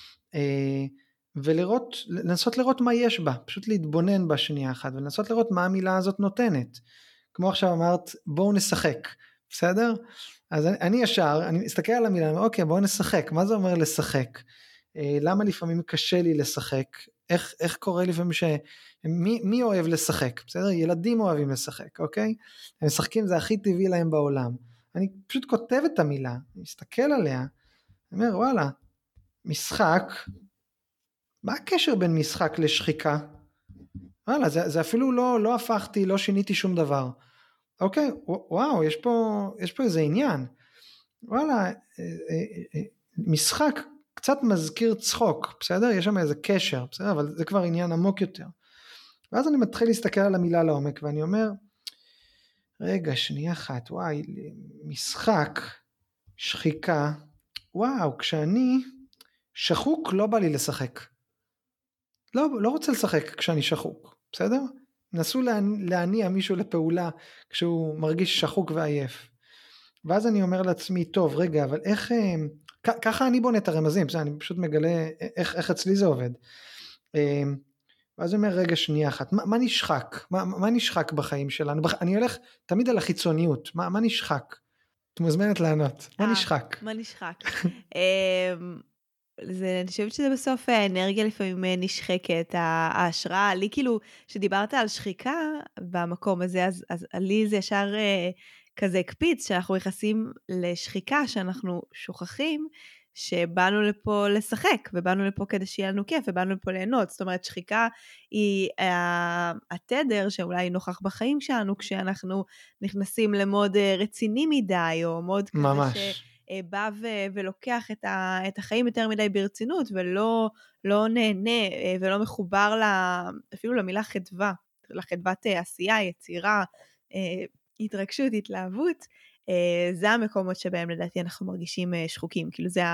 ולראות, לנסות לראות מה יש בה, פשוט להתבונן בה שנייה אחת, ולנסות לראות מה המילה הזאת נותנת, כמו עכשיו אמרת, בואו נשחק, בסדר? אז אני, אני ישר, אני מסתכל על המילה, אוקיי, בואו נשחק, מה זה אומר לשחק? אה, למה לפעמים קשה לי לשחק? איך, איך קורה לפעמים ש... מי, מי אוהב לשחק? בסדר? ילדים אוהבים לשחק, אוקיי? הם משחקים, זה הכי טבעי להם בעולם. אני פשוט כותב את המילה, אני מסתכל עליה, אני אומר, וואלה, משחק, מה הקשר בין משחק לשחיקה? וואלה, זה, זה אפילו לא, לא הפכתי, לא שיניתי שום דבר. אוקיי, וואו, יש פה, יש פה איזה עניין. וואלה, משחק קצת מזכיר צחוק, בסדר? יש שם איזה קשר, בסדר? אבל זה כבר עניין עמוק יותר. ואז אני מתחיל להסתכל על המילה לעומק, ואני אומר, רגע, שנייה אחת, וואי, משחק, שחיקה, וואו, כשאני שחוק לא בא לי לשחק. לא, לא רוצה לשחק כשאני שחוק, בסדר? נסו להניע מישהו לפעולה כשהוא מרגיש שחוק ועייף. ואז אני אומר לעצמי, טוב, רגע, אבל איך, כ- ככה אני בונה את הרמזים, בסדר? אני פשוט מגלה איך, איך אצלי זה עובד. ואז אני אומר, רגע, שנייה אחת, מה, מה נשחק? מה, מה נשחק בחיים שלנו? אני הולך תמיד על החיצוניות, מה, מה נשחק? את מוזמנת לענות. מה נשחק? מה נשחק? זה, אני חושבת שזה בסוף האנרגיה לפעמים נשחקת, ההשראה, לי כאילו, שדיברת על שחיקה במקום הזה, אז, אז לי זה ישר כזה הקפיץ, שאנחנו נכנסים לשחיקה, שאנחנו שוכחים, שבאנו לפה לשחק, ובאנו לפה כדי שיהיה לנו כיף, ובאנו לפה ליהנות, זאת אומרת, שחיקה היא התדר שאולי נוכח בחיים שלנו, כשאנחנו נכנסים למוד רציני מדי, או מוד כזה ממש. ש... בא ו- ולוקח את, ה- את החיים יותר מדי ברצינות, ולא לא נהנה ולא מחובר לה, אפילו למילה חדווה, לחדוות עשייה, יצירה, התרגשות, התלהבות, זה המקומות שבהם לדעתי אנחנו מרגישים שחוקים, כאילו זה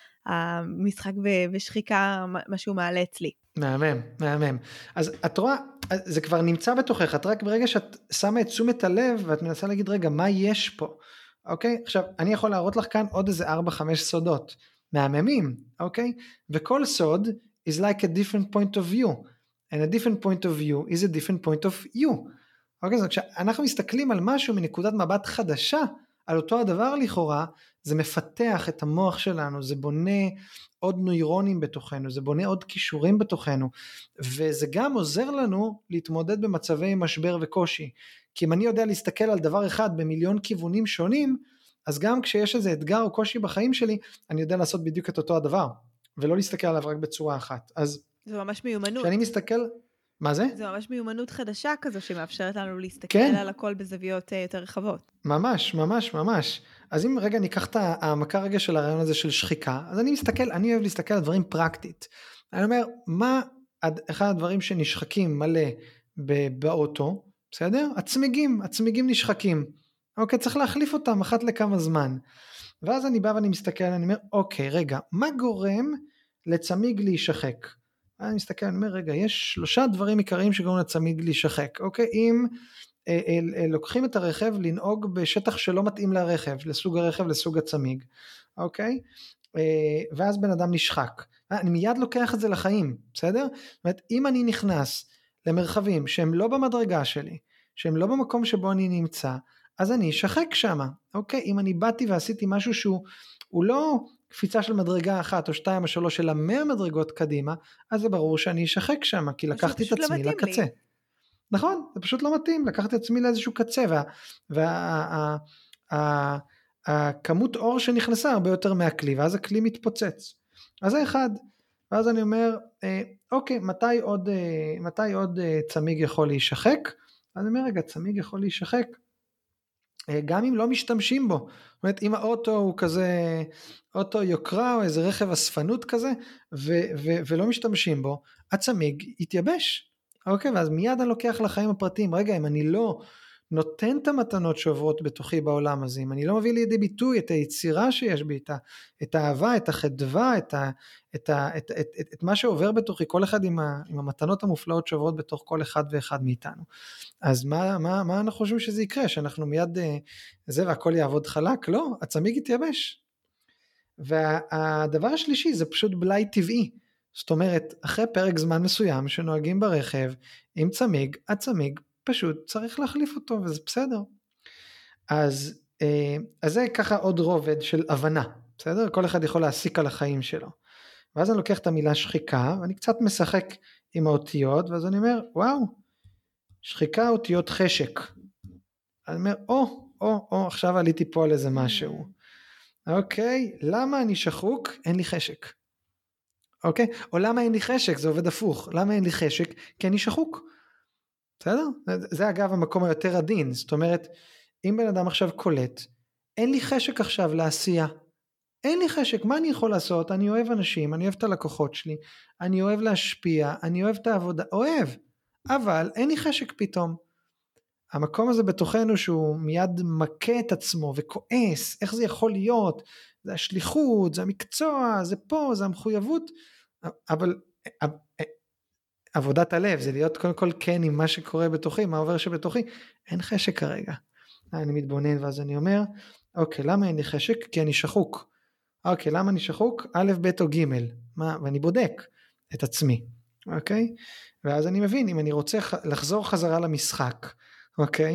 המשחק ו- ושחיקה, משהו מעלה אצלי. מהמם, מהמם. אז את רואה, זה כבר נמצא בתוכך, את רק ברגע שאת שמה את תשומת הלב, ואת מנסה להגיד, רגע, מה יש פה? אוקיי? עכשיו, אני יכול להראות לך כאן עוד איזה ארבע חמש סודות, מהממים, אוקיי? וכל סוד is like a different point of view, and a different point of view is a different point of you. אוקיי? זאת כשאנחנו מסתכלים על משהו מנקודת מבט חדשה, על אותו הדבר לכאורה, זה מפתח את המוח שלנו, זה בונה עוד נוירונים בתוכנו, זה בונה עוד קישורים בתוכנו, וזה גם עוזר לנו להתמודד במצבי משבר וקושי, כי אם אני יודע להסתכל על דבר אחד במיליון כיוונים שונים, אז גם כשיש איזה אתגר או קושי בחיים שלי, אני יודע לעשות בדיוק את אותו הדבר, ולא להסתכל עליו רק בצורה אחת. אז זה ממש מיומנות. כשאני מסתכל, מה זה? זה ממש מיומנות חדשה כזו, שמאפשרת לנו להסתכל כן. על הכל בזוויות יותר רחבות. ממש, ממש, ממש. אז אם רגע ניקח את העמקה רגע של הרעיון הזה של שחיקה, אז אני מסתכל, אני אוהב להסתכל על דברים פרקטית. אני אומר, מה אחד הדברים שנשחקים מלא באוטו, בסדר? הצמיגים, הצמיגים נשחקים. אוקיי, צריך להחליף אותם אחת לכמה זמן. ואז אני בא ואני מסתכל, אני אומר, אוקיי, רגע, מה גורם לצמיג להישחק? אני מסתכל, אני אומר, רגע, יש שלושה דברים עיקריים שגורמים לצמיג להישחק. אוקיי, אם אה, אה, לוקחים את הרכב לנהוג בשטח שלא מתאים לרכב, לסוג הרכב, לסוג הצמיג. אוקיי? אה, ואז בן אדם נשחק. אני מיד לוקח את זה לחיים, בסדר? זאת אומרת, אם אני נכנס למרחבים שהם לא במדרגה שלי, שהם לא במקום שבו אני נמצא, אז אני אשחק שם. אוקיי? אם אני באתי ועשיתי משהו שהוא הוא לא קפיצה של מדרגה אחת או שתיים או שלוש, אלא מאה מדרגות קדימה, אז זה ברור שאני אשחק שם, כי לקחתי את עצמי לא לקצה. לי. נכון, זה פשוט לא מתאים, לקחתי את עצמי לאיזשהו קצה, והכמות אור שנכנסה הרבה יותר מהכלי, ואז הכלי מתפוצץ. אז זה אחד, ואז אני אומר, אוקיי, מתי עוד, מתי עוד צמיג יכול להישחק? אז אני אומר, רגע, צמיג יכול להישחק, גם אם לא משתמשים בו. זאת אומרת, אם האוטו הוא כזה, אוטו יוקרה או איזה רכב אספנות כזה, ו- ו- ולא משתמשים בו, הצמיג יתייבש. אוקיי, ואז מיד אני לוקח לחיים הפרטיים, רגע, אם אני לא נותן את המתנות שעוברות בתוכי בעולם הזה, אם אני לא מביא לידי ביטוי את היצירה שיש בי, את, ה- את האהבה, את החדווה, את, ה- את, ה- את, את, את, את מה שעובר בתוכי, כל אחד עם, ה- עם המתנות המופלאות שעוברות בתוך כל אחד ואחד מאיתנו. אז מה, מה, מה אנחנו חושבים שזה יקרה? שאנחנו מיד זה והכל יעבוד חלק? לא, הצמיג יתייבש. והדבר השלישי זה פשוט בלאי טבעי. זאת אומרת, אחרי פרק זמן מסוים שנוהגים ברכב עם צמיג, הצמיג פשוט צריך להחליף אותו, וזה בסדר. אז, אז זה ככה עוד רובד של הבנה, בסדר? כל אחד יכול להסיק על החיים שלו. ואז אני לוקח את המילה שחיקה, ואני קצת משחק עם האותיות, ואז אני אומר, וואו, שחיקה אותיות חשק. אני אומר, או, או, או, עכשיו עליתי פה על איזה משהו. אוקיי, למה אני שחוק? אין לי חשק. אוקיי? או למה אין לי חשק? זה עובד הפוך. למה אין לי חשק? כי אני שחוק. בסדר? זה אגב המקום היותר עדין. זאת אומרת, אם בן אדם עכשיו קולט, אין לי חשק עכשיו לעשייה. אין לי חשק, מה אני יכול לעשות? אני אוהב אנשים, אני אוהב את הלקוחות שלי, אני אוהב להשפיע, אני אוהב את העבודה, אוהב. אבל אין לי חשק פתאום. המקום הזה בתוכנו שהוא מיד מכה את עצמו וכועס, איך זה יכול להיות? זה השליחות, זה המקצוע, זה פה, זה המחויבות, אבל עבודת הלב, זה להיות קודם כל כן עם מה שקורה בתוכי, מה עובר שבתוכי, אין חשק כרגע. אני מתבונן ואז אני אומר, אוקיי, למה אין לי חשק? כי אני שחוק. אוקיי, למה אני שחוק? א', ב' או ג', מה? ואני בודק את עצמי, אוקיי? ואז אני מבין, אם אני רוצה לחזור חזרה למשחק, אוקיי?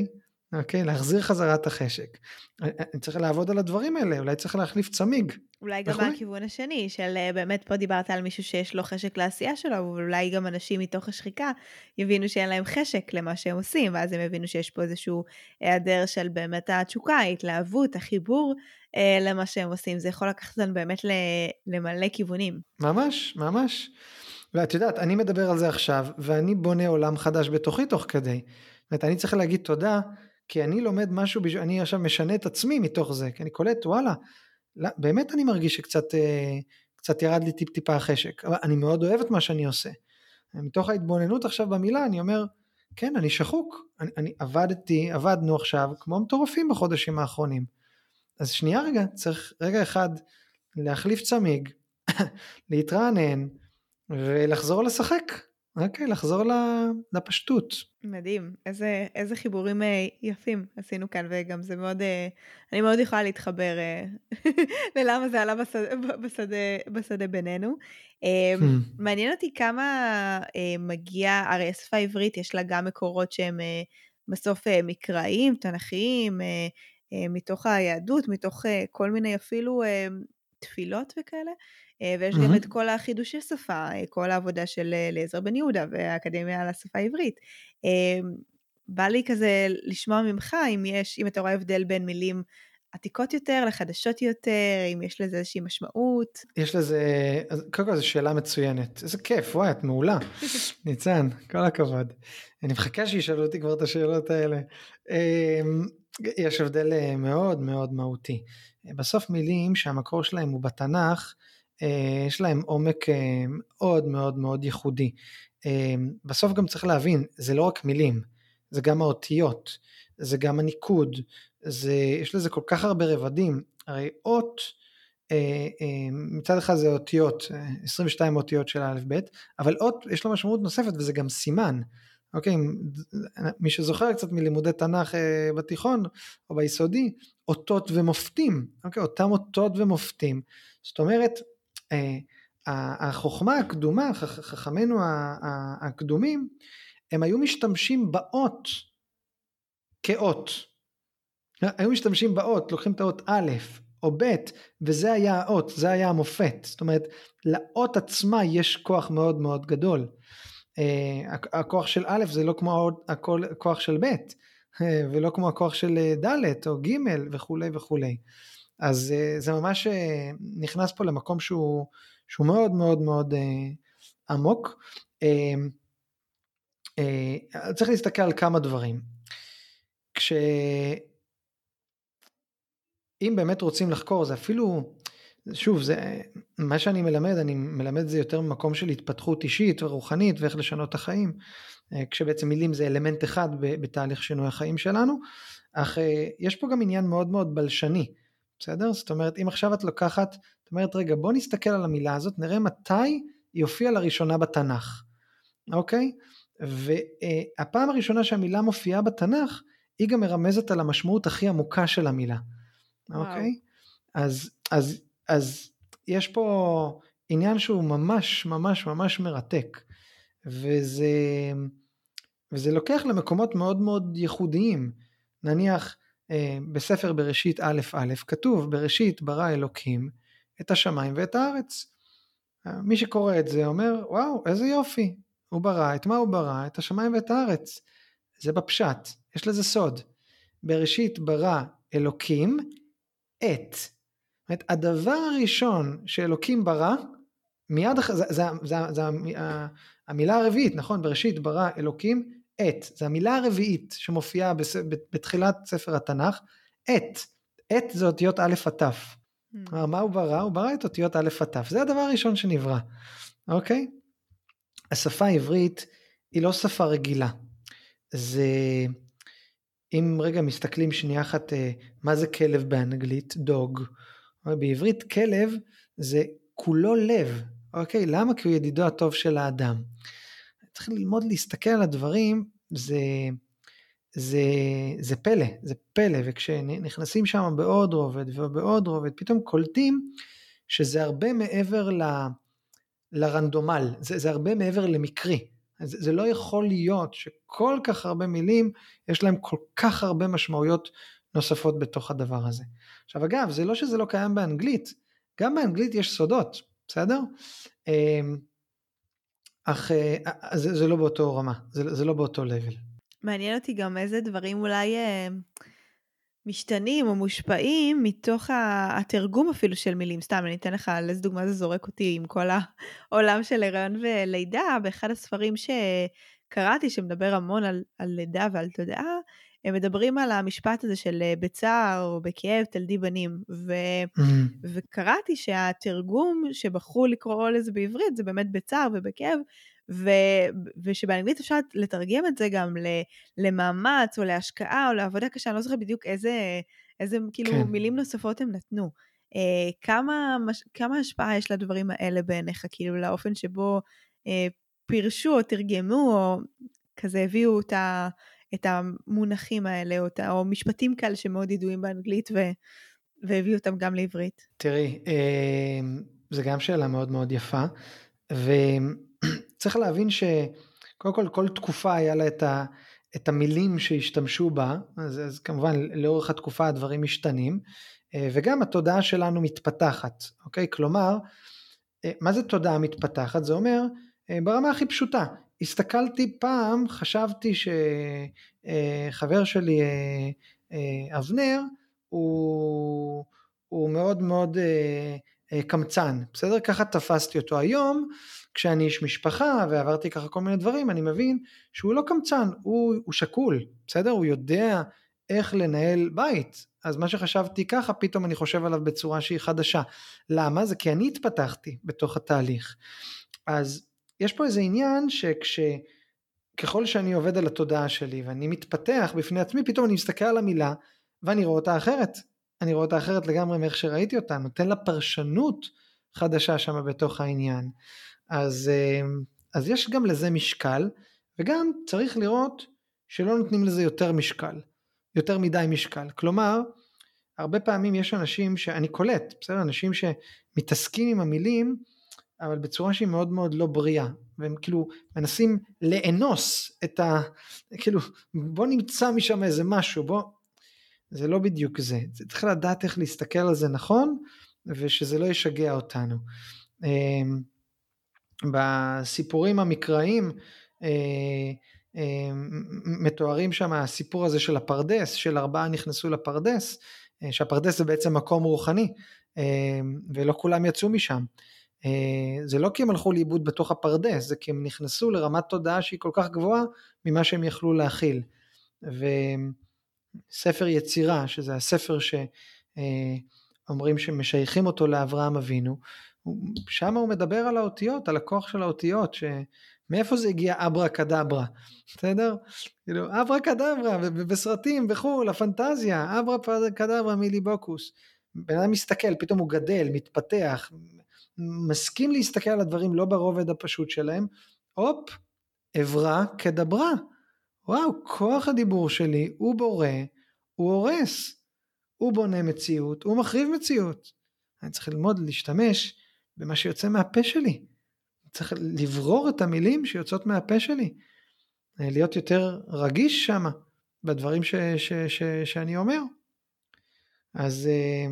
אוקיי? להחזיר חזרה את החשק. אני צריך לעבוד על הדברים האלה, אולי צריך להחליף צמיג. אולי גם מהכיוון השני, של באמת פה דיברת על מישהו שיש לו חשק לעשייה שלו, אבל אולי גם אנשים מתוך השחיקה יבינו שאין להם חשק למה שהם עושים, ואז הם יבינו שיש פה איזשהו היעדר של באמת התשוקה, ההתלהבות, החיבור אה, למה שהם עושים. זה יכול לקחת לנו באמת למלא כיוונים. ממש, ממש. ואת יודעת, אני מדבר על זה עכשיו, ואני בונה עולם חדש בתוכי תוך כדי. זאת אומרת, אני צריך להגיד תודה, כי אני לומד משהו, אני עכשיו משנה את עצמי מתוך זה, כי אני קולט, וואלה, לא, באמת אני מרגיש שקצת קצת ירד לי טיפ טיפה החשק, אבל אני מאוד אוהב את מה שאני עושה. מתוך ההתבוננות עכשיו במילה, אני אומר, כן, אני שחוק, אני, אני עבדתי, עבדנו עכשיו, כמו מטורפים בחודשים האחרונים. אז שנייה רגע, צריך רגע אחד, להחליף צמיג, להתרענן, ולחזור לשחק, אוקיי, לחזור לפשטות. מדהים, איזה, איזה חיבורים יפים עשינו כאן, וגם זה מאוד, אני מאוד יכולה להתחבר ללמה זה עלה בשדה, בשדה, בשדה בינינו. מעניין אותי כמה מגיע, הרי השפה העברית יש לה גם מקורות שהם בסוף מקראיים, תנכיים, מתוך היהדות, מתוך כל מיני אפילו תפילות וכאלה, ויש גם את כל החידושי שפה, כל העבודה של אליעזר בן יהודה והאקדמיה על השפה העברית. בא לי כזה לשמוע ממך אם יש, אם אתה רואה הבדל בין מילים עתיקות יותר לחדשות יותר, אם יש לזה איזושהי משמעות. יש לזה, קודם כל זו שאלה מצוינת, איזה כיף, וואי, את מעולה. ניצן, כל הכבוד. אני מחכה שישאלו אותי כבר את השאלות האלה. יש הבדל מאוד מאוד מהותי. בסוף מילים שהמקור שלהם הוא בתנ"ך, יש להם עומק מאוד מאוד מאוד ייחודי. בסוף גם צריך להבין, זה לא רק מילים, זה גם האותיות, זה גם הניקוד, זה, יש לזה כל כך הרבה רבדים, הרי אות, מצד אחד זה אותיות, עשרים ושתיים אותיות של א' ב', אבל אות יש לו משמעות נוספת וזה גם סימן, אוקיי, מי שזוכר קצת מלימודי תנ"ך בתיכון או ביסודי, אותות ומופתים, אוקיי, אותם אותות ומופתים, זאת אומרת, החוכמה הקדומה, חכמינו הקדומים, הם היו משתמשים באות כאות, היו משתמשים באות, לוקחים את האות א' או ב', וזה היה האות, זה היה המופת, זאת אומרת, לאות עצמה יש כוח מאוד מאוד גדול, הכוח של א' זה לא כמו הכוח של ב', ולא כמו הכוח של ד' או ג' וכו' וכו'. אז זה ממש נכנס פה למקום שהוא, שהוא מאוד מאוד מאוד עמוק. צריך להסתכל על כמה דברים. כש... אם באמת רוצים לחקור, זה אפילו, שוב, זה, מה שאני מלמד, אני מלמד זה יותר ממקום של התפתחות אישית ורוחנית, ואיך לשנות את החיים, כשבעצם מילים זה אלמנט אחד בתהליך שינוי החיים שלנו, אך יש פה גם עניין מאוד מאוד בלשני, בסדר? זאת אומרת, אם עכשיו את לוקחת, את אומרת, רגע, בוא נסתכל על המילה הזאת, נראה מתי היא הופיעה לראשונה בתנ"ך, אוקיי? והפעם הראשונה שהמילה מופיעה בתנ"ך, היא גם מרמזת על המשמעות הכי עמוקה של המילה, אוקיי? אז, אז, אז יש פה עניין שהוא ממש, ממש, ממש מרתק, וזה, וזה לוקח למקומות מאוד מאוד ייחודיים, נניח, בספר בראשית א' א', כתוב בראשית ברא אלוקים את השמיים ואת הארץ. מי שקורא את זה אומר, וואו, איזה יופי, הוא ברא, את מה הוא ברא? את השמיים ואת הארץ. זה בפשט, יש לזה סוד. בראשית ברא אלוקים את. זאת, הדבר הראשון שאלוקים ברא, מיד אחרי, זה, זה, זה, זה המילה הרביעית, נכון? בראשית ברא אלוקים את, זה המילה הרביעית שמופיעה בתחילת ספר התנ"ך, את, את זה אותיות א' עד ת'. Mm. מה הוא ברא? הוא ברא את אותיות א' עד ת', זה הדבר הראשון שנברא, אוקיי? השפה העברית היא לא שפה רגילה, זה, אם רגע מסתכלים שנייה אחת, מה זה כלב באנגלית? דוג, בעברית כלב זה כולו לב, אוקיי? למה? כי הוא ידידו הטוב של האדם. צריך ללמוד להסתכל על הדברים, זה, זה, זה פלא, זה פלא, וכשנכנסים שם בעוד רובד ובעוד רובד, פתאום קולטים שזה הרבה מעבר ל, לרנדומל, זה, זה הרבה מעבר למקרי, זה, זה לא יכול להיות שכל כך הרבה מילים, יש להם כל כך הרבה משמעויות נוספות בתוך הדבר הזה. עכשיו אגב, זה לא שזה לא קיים באנגלית, גם באנגלית יש סודות, בסדר? אך זה, זה לא באותו רמה, זה, זה לא באותו level. מעניין אותי גם איזה דברים אולי אה, משתנים או מושפעים מתוך התרגום אפילו של מילים. סתם, אני אתן לך על איזה דוגמה זה זורק אותי עם כל העולם של הריון ולידה. באחד הספרים שקראתי שמדבר המון על, על לידה ועל תודעה, הם מדברים על המשפט הזה של בצער או בכאב תלדי בנים, ו... mm. וקראתי שהתרגום שבחרו לקרוא לזה בעברית זה באמת בצער ובכאב, ו... ושבאנגלית אפשר לתרגם את זה גם למאמץ או להשקעה או לעבודה קשה, אני לא זוכרת בדיוק איזה, איזה כאילו כן. מילים נוספות הם נתנו. אה, כמה, כמה השפעה יש לדברים האלה בעיניך, כאילו לאופן שבו אה, פירשו או תרגמו או כזה הביאו אותה את המונחים האלה, או, או משפטים כאלה שמאוד ידועים באנגלית, ו, והביאו אותם גם לעברית. תראי, זה גם שאלה מאוד מאוד יפה, וצריך להבין שקודם כל, כל תקופה היה לה את, ה, את המילים שהשתמשו בה, אז, אז כמובן לאורך התקופה הדברים משתנים, וגם התודעה שלנו מתפתחת, אוקיי? כלומר, מה זה תודעה מתפתחת? זה אומר, ברמה הכי פשוטה, הסתכלתי פעם, חשבתי שחבר שלי אבנר הוא, הוא מאוד מאוד קמצן, בסדר? ככה תפסתי אותו. היום, כשאני איש משפחה ועברתי ככה כל מיני דברים, אני מבין שהוא לא קמצן, הוא, הוא שקול, בסדר? הוא יודע איך לנהל בית. אז מה שחשבתי ככה, פתאום אני חושב עליו בצורה שהיא חדשה. למה? זה כי אני התפתחתי בתוך התהליך. אז יש פה איזה עניין שככל שאני עובד על התודעה שלי ואני מתפתח בפני עצמי, פתאום אני מסתכל על המילה ואני רואה אותה אחרת. אני רואה אותה אחרת לגמרי מאיך שראיתי אותה, נותן לה פרשנות חדשה שם בתוך העניין. אז, אז יש גם לזה משקל, וגם צריך לראות שלא נותנים לזה יותר משקל, יותר מדי משקל. כלומר, הרבה פעמים יש אנשים שאני קולט, בסדר? אנשים שמתעסקים עם המילים, אבל בצורה שהיא מאוד מאוד לא בריאה, והם כאילו מנסים לאנוס את ה, כאילו בוא נמצא משם איזה משהו, בוא, זה לא בדיוק זה, צריך לדעת איך להסתכל על זה נכון, ושזה לא ישגע אותנו. בסיפורים המקראיים, מתוארים שם הסיפור הזה של הפרדס, של ארבעה נכנסו לפרדס, שהפרדס זה בעצם מקום רוחני, ולא כולם יצאו משם. זה לא כי הם הלכו לאיבוד בתוך הפרדס, זה כי הם נכנסו לרמת תודעה שהיא כל כך גבוהה ממה שהם יכלו להכיל. וספר יצירה, שזה הספר שאומרים שמשייכים אותו לאברהם אבינו, שם הוא מדבר על האותיות, על הכוח של האותיות, שמאיפה זה הגיע אברה קדברה, בסדר? כאילו, אברה קדברה, ובסרטים בחול, הפנטזיה, אברה קדברה מילי בוקוס. בן אדם מסתכל, פתאום הוא גדל, מתפתח, מסכים להסתכל על הדברים לא ברובד הפשוט שלהם, הופ, עברה כדברה, וואו, כוח הדיבור שלי, הוא בורא, הוא הורס, הוא בונה מציאות, הוא מחריב מציאות. אני צריך ללמוד להשתמש במה שיוצא מהפה שלי, צריך לברור את המילים שיוצאות מהפה שלי, להיות יותר רגיש שם, בדברים ש, ש, ש, שאני אומר. אז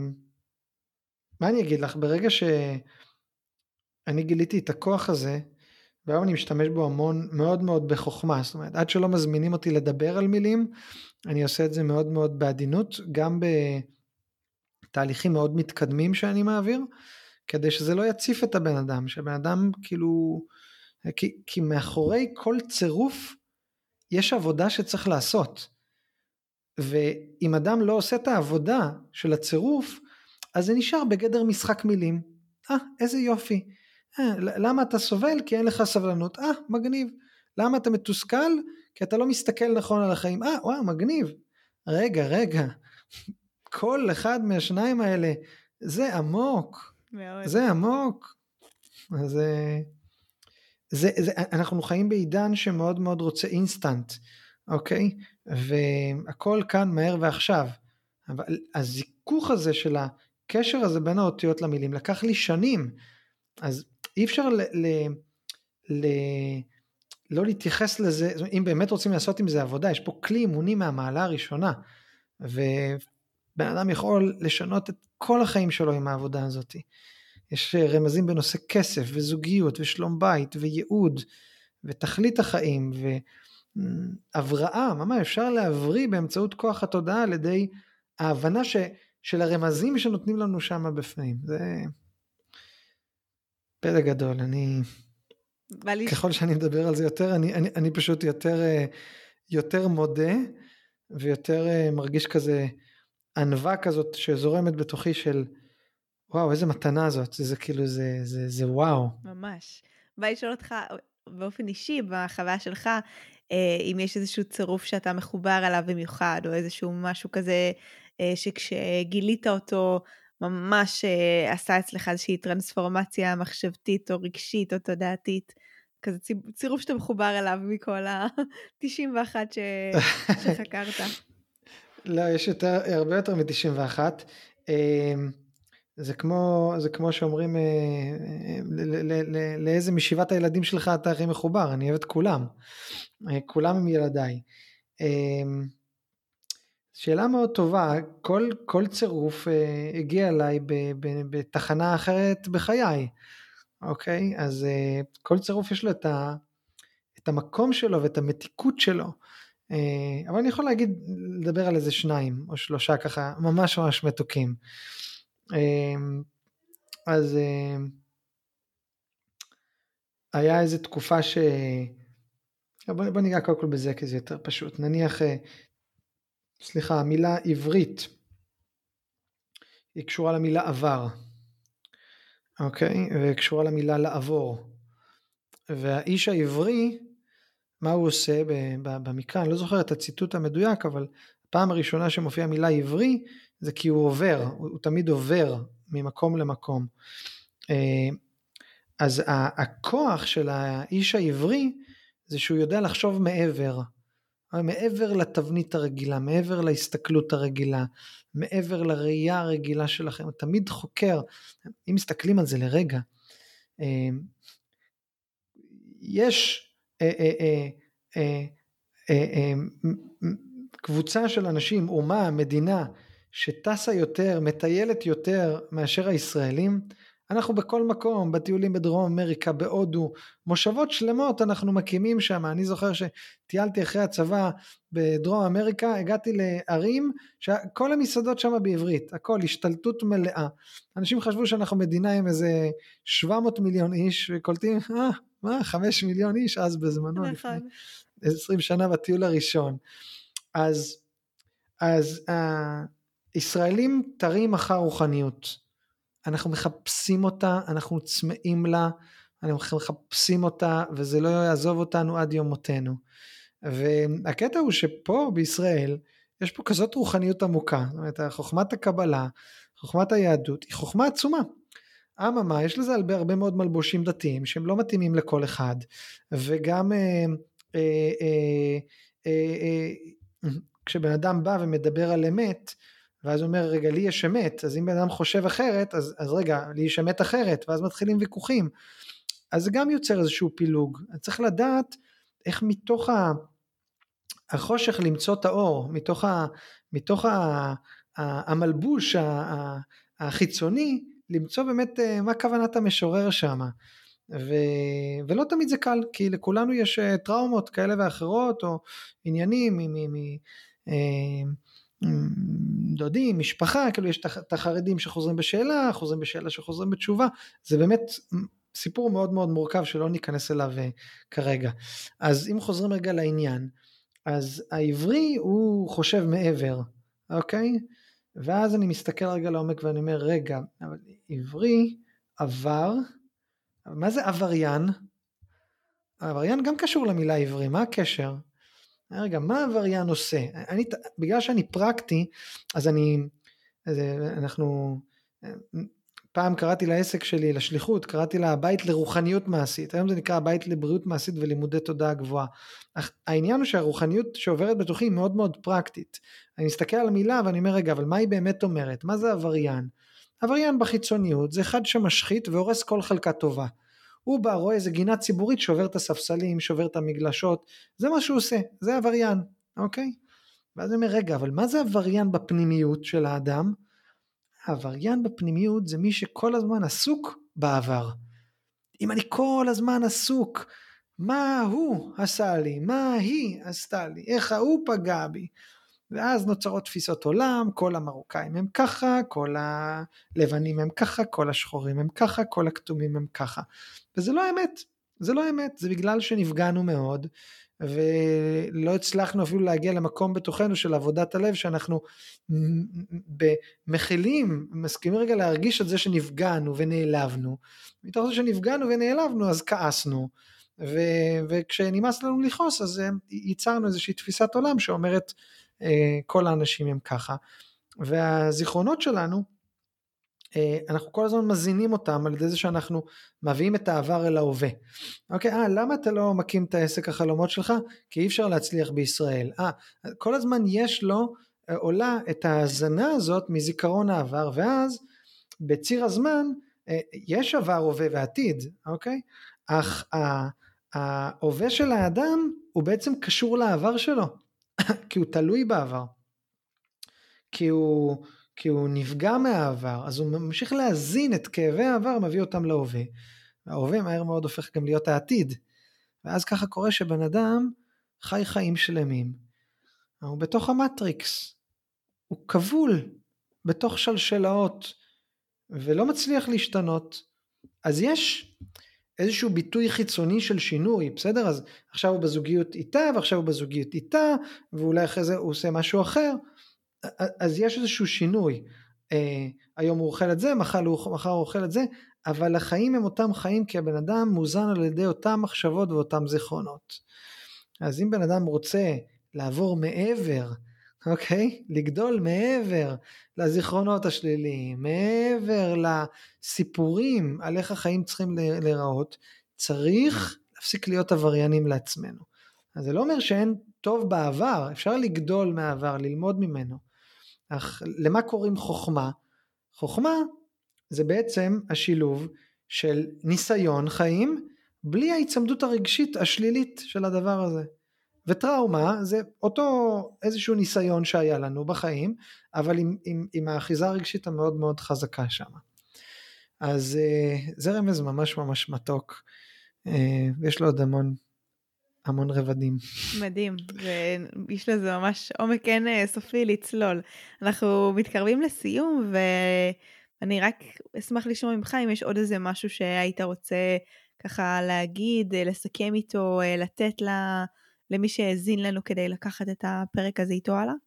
מה אני אגיד לך, ברגע ש... אני גיליתי את הכוח הזה, והיום אני משתמש בו המון, מאוד מאוד בחוכמה, זאת אומרת, עד שלא מזמינים אותי לדבר על מילים, אני עושה את זה מאוד מאוד בעדינות, גם בתהליכים מאוד מתקדמים שאני מעביר, כדי שזה לא יציף את הבן אדם, שהבן אדם כאילו, כי, כי מאחורי כל צירוף, יש עבודה שצריך לעשות, ואם אדם לא עושה את העבודה של הצירוף, אז זה נשאר בגדר משחק מילים, אה, איזה יופי, אה, למה אתה סובל? כי אין לך סבלנות. אה, מגניב. למה אתה מתוסכל? כי אתה לא מסתכל נכון על החיים. אה, וואו, מגניב. רגע, רגע. כל אחד מהשניים האלה, זה עמוק. מאוד. זה עמוק. אז זה, זה, אנחנו חיים בעידן שמאוד מאוד רוצה אינסטנט, אוקיי? והכל כאן מהר ועכשיו. אבל הזיכוך הזה של הקשר הזה בין האותיות למילים, לקח לי שנים. אז אי אפשר ל, ל, ל, לא להתייחס לזה, אם באמת רוצים לעשות עם זה עבודה, יש פה כלי אימוני מהמעלה הראשונה, ובן אדם יכול לשנות את כל החיים שלו עם העבודה הזאת. יש רמזים בנושא כסף וזוגיות ושלום בית וייעוד ותכלית החיים והבראה, ממש אפשר להבריא באמצעות כוח התודעה על ידי ההבנה ש, של הרמזים שנותנים לנו שם בפנים. זה פלא גדול. אני ככל שאני מדבר על זה יותר, אני, אני, אני פשוט יותר, יותר מודה ויותר מרגיש כזה ענווה כזאת שזורמת בתוכי של וואו, איזה מתנה הזאת, זה, זה כאילו, זה, זה, זה וואו. ממש. בא לשאול אותך באופן אישי, בחוויה שלך, אם יש איזשהו צירוף שאתה מחובר עליו במיוחד, או איזשהו משהו כזה, שכשגילית אותו, ממש עשה אצלך איזושהי טרנספורמציה מחשבתית, או רגשית, או תודעתית, כזה צירוף שאתה מחובר אליו, מכל ה-תשעים ואחת שחקרת. לא, יש יותר, הרבה יותר מ-תשעים ואחת, זה כמו, זה כמו שאומרים, לאיזה משבעת הילדים שלך אתה הכי מחובר, אני אוהב את כולם, כולם הם ילדיי. שאלה מאוד טובה, כל, כל צירוף הגיע אליי בתחנה אחרת בחיי, אוקיי? אז כל צירוף יש לו את, ה, את המקום שלו ואת המתיקות שלו, אבל אני יכול להגיד, לדבר על איזה שניים או שלושה ככה, ממש ממש מתוקים. אז היה איזו תקופה ש... בוא, בוא ניגע כל כל בזה, כי זה יותר פשוט. נניח, סליחה, המילה עברית, היא קשורה למילה עבר, אוקיי? וקשורה למילה לעבור. והאיש העברי, מה הוא עושה במקרא? אני לא זוכר את הציטוט המדויק, אבל הפעם הראשונה שמופיעה המילה עברי, זה כי הוא עובר, הוא, הוא תמיד עובר ממקום למקום. אז הכוח של האיש העברי, זה שהוא יודע לחשוב מעבר, מעבר לתבנית הרגילה, מעבר להסתכלות הרגילה, מעבר לראייה הרגילה שלכם, הוא תמיד חוקר, אם מסתכלים על זה לרגע, יש קבוצה של אנשים, אומה, מדינה, שטסה יותר, מטיילת יותר מאשר הישראלים, אנחנו בכל מקום, בטיולים בדרום אמריקה, בהודו, מושבות שלמות אנחנו מקימים שם. אני זוכר שטיילתי אחרי הצבא בדרום אמריקה, הגעתי לערים שכל המסעדות שם בעברית, הכל השתלטות מלאה. אנשים חשבו שאנחנו מדינה עם איזה שבע מאות מיליון איש, וקולטים, אה, מה, חמישה מיליון איש אז בזמנו, לפני עשרים שנה בטיול הראשון. אז, אז הישראלים תרים אחר רוחניות. אנחנו מחפשים אותה, אנחנו צמאים לה, אנחנו מחפשים אותה, וזה לא יעזוב אותנו עד יום מותנו. והקטע הוא שפה בישראל, יש פה כזאת רוחניות עמוקה, זאת אומרת, חוכמת הקבלה, חוכמת היהדות, היא חוכמה עצומה. אממה, יש לזה הרבה, הרבה מאוד מלבושים דתיים, שהם לא מתאימים לכל אחד, וגם אה, אה, אה, אה, אה, כשבן אדם בא ומדבר על אמת, ואז הוא אומר, רגע, לי יש אמת, אז אם בן אדם חושב אחרת, אז, אז רגע, לי יש אמת אחרת, ואז מתחילים ויכוחים, אז זה גם יוצר איזשהו פילוג. צריך לדעת איך מתוך החושך למצוא את האור, מתוך, ה, מתוך ה, המלבוש החיצוני, למצוא באמת מה כוונת המשורר שם, ו, ולא תמיד זה קל, כי לכולנו יש טראומות כאלה ואחרות, או עניינים מ... מ, מ דודים, משפחה, כאילו יש את החרדים שחוזרים בשאלה, חוזרים בשאלה שחוזרים בתשובה, זה באמת סיפור מאוד מאוד מורכב שלא ניכנס אליו כרגע. אז אם חוזרים רגע לעניין, אז העברי הוא חושב מעבר, אוקיי? ואז אני מסתכל רגע לעומק ואני אומר, רגע, אבל עברי עבר, מה זה עבריין? העבריין גם קשור למילה עברי, מה הקשר? רגע, מה העבריין עושה? אני, בגלל שאני פרקטי, אז אני, אז אנחנו, פעם קראתי לעסק שלי, לשליחות, קראתי לה הבית לרוחניות מעשית, היום זה נקרא הבית לבריאות מעשית ולימודי תודעה גבוהה. העניין הוא שהרוחניות שעוברת בתוכי היא מאוד מאוד פרקטית. אני מסתכל על המילה ואני אומר, רגע, אבל מה היא באמת אומרת? מה זה עבריין? עבריין בחיצוניות, זה אחד שמשחית והורס כל חלקה טובה. הוא בא, רואה איזה גינה ציבורית, שובר את הספסלים, שובר את המגלשות, זה מה שהוא עושה, זה עבריין, אוקיי? ואז אני אומר, רגע, אבל מה זה עבריין בפנימיות של האדם? העבריין בפנימיות זה מי שכל הזמן עסוק בעבר. אם אני כל הזמן עסוק, מה הוא עשה לי, מה היא עשתה לי, איך הוא פגע בי, ואז נוצרות תפיסות עולם, כל המרוקאים הם ככה, כל הלבנים הם ככה, כל השחורים הם ככה, כל הכתומים הם ככה, וזה לא האמת, זה לא האמת, זה בגלל שנפגענו מאוד, ולא הצלחנו אפילו להגיע למקום בתוכנו של עבודת הלב, שאנחנו במחילים, מסכימים רגע להרגיש את זה שנפגענו ונעלבנו, מתוך זה שנפגענו ונעלבנו אז כעסנו, ו- וכשנמאס לנו לכעוס אז ייצרנו איזושהי תפיסת עולם שאומרת כל האנשים הם ככה, והזיכרונות שלנו אנחנו כל הזמן מזינים אותם על ידי זה שאנחנו מביאים את העבר אל ההווה. אוקיי, אה, למה אתה לא מקים את העסק החלומות שלך? כי אי אפשר להצליח בישראל. אה, כל הזמן יש לו, עולה את ההזנה הזאת מזיכרון העבר, ואז בציר הזמן יש עבר, הווה ועתיד, אוקיי? אך ההווה של האדם הוא בעצם קשור לעבר שלו, כי הוא תלוי בעבר. כי הוא... כי הוא נפגע מהעבר, אז הוא ממשיך להזין את כאבי העבר, מביא אותם להווה, וההווה מהר מאוד הופך גם להיות העתיד, ואז ככה קורה שבן אדם חי חיים שלמים, הוא בתוך המטריקס, הוא כבול בתוך שלשלאות, ולא מצליח להשתנות, אז יש איזשהו ביטוי חיצוני של שינוי, בסדר? אז עכשיו הוא בזוגיות איתה, ועכשיו הוא בזוגיות איתה, ואולי אחרי זה הוא עושה משהו אחר, אז יש איזשהו שינוי, היום הוא אוכל את זה, מחר הוא, מחר הוא אוכל את זה, אבל החיים הם אותם חיים, כי הבן אדם מוזן על ידי אותם מחשבות ואותם זיכרונות. אז אם בן אדם רוצה לעבור מעבר, אוקיי? לגדול מעבר לזיכרונות השליליים, מעבר לסיפורים על איך החיים צריכים להיראות, צריך להפסיק להיות עבריינים לעצמנו. אז זה לא אומר שאין טוב בעבר, אפשר לגדול מהעבר, ללמוד ממנו. אך למה קוראים חוכמה? חוכמה זה בעצם השילוב של ניסיון חיים, בלי ההצמדות הרגשית השלילית של הדבר הזה. וטראומה זה אותו איזשהו ניסיון שהיה לנו בחיים, אבל עם, עם, עם האחיזה הרגשית המאוד מאוד חזקה שם. אז זה רמז ממש ממש מתוק, ויש לו עוד המון, המון רבדים. מדהים, ויש לזה ממש עומק אין סופי לצלול. אנחנו מתקרבים לסיום, ואני רק אשמח לשמוע ממך אם יש עוד איזה משהו שהיית רוצה ככה להגיד, לסכם איתו, לתת לה, למי שהזין לנו כדי לקחת את הפרק הזה איתו הלאה?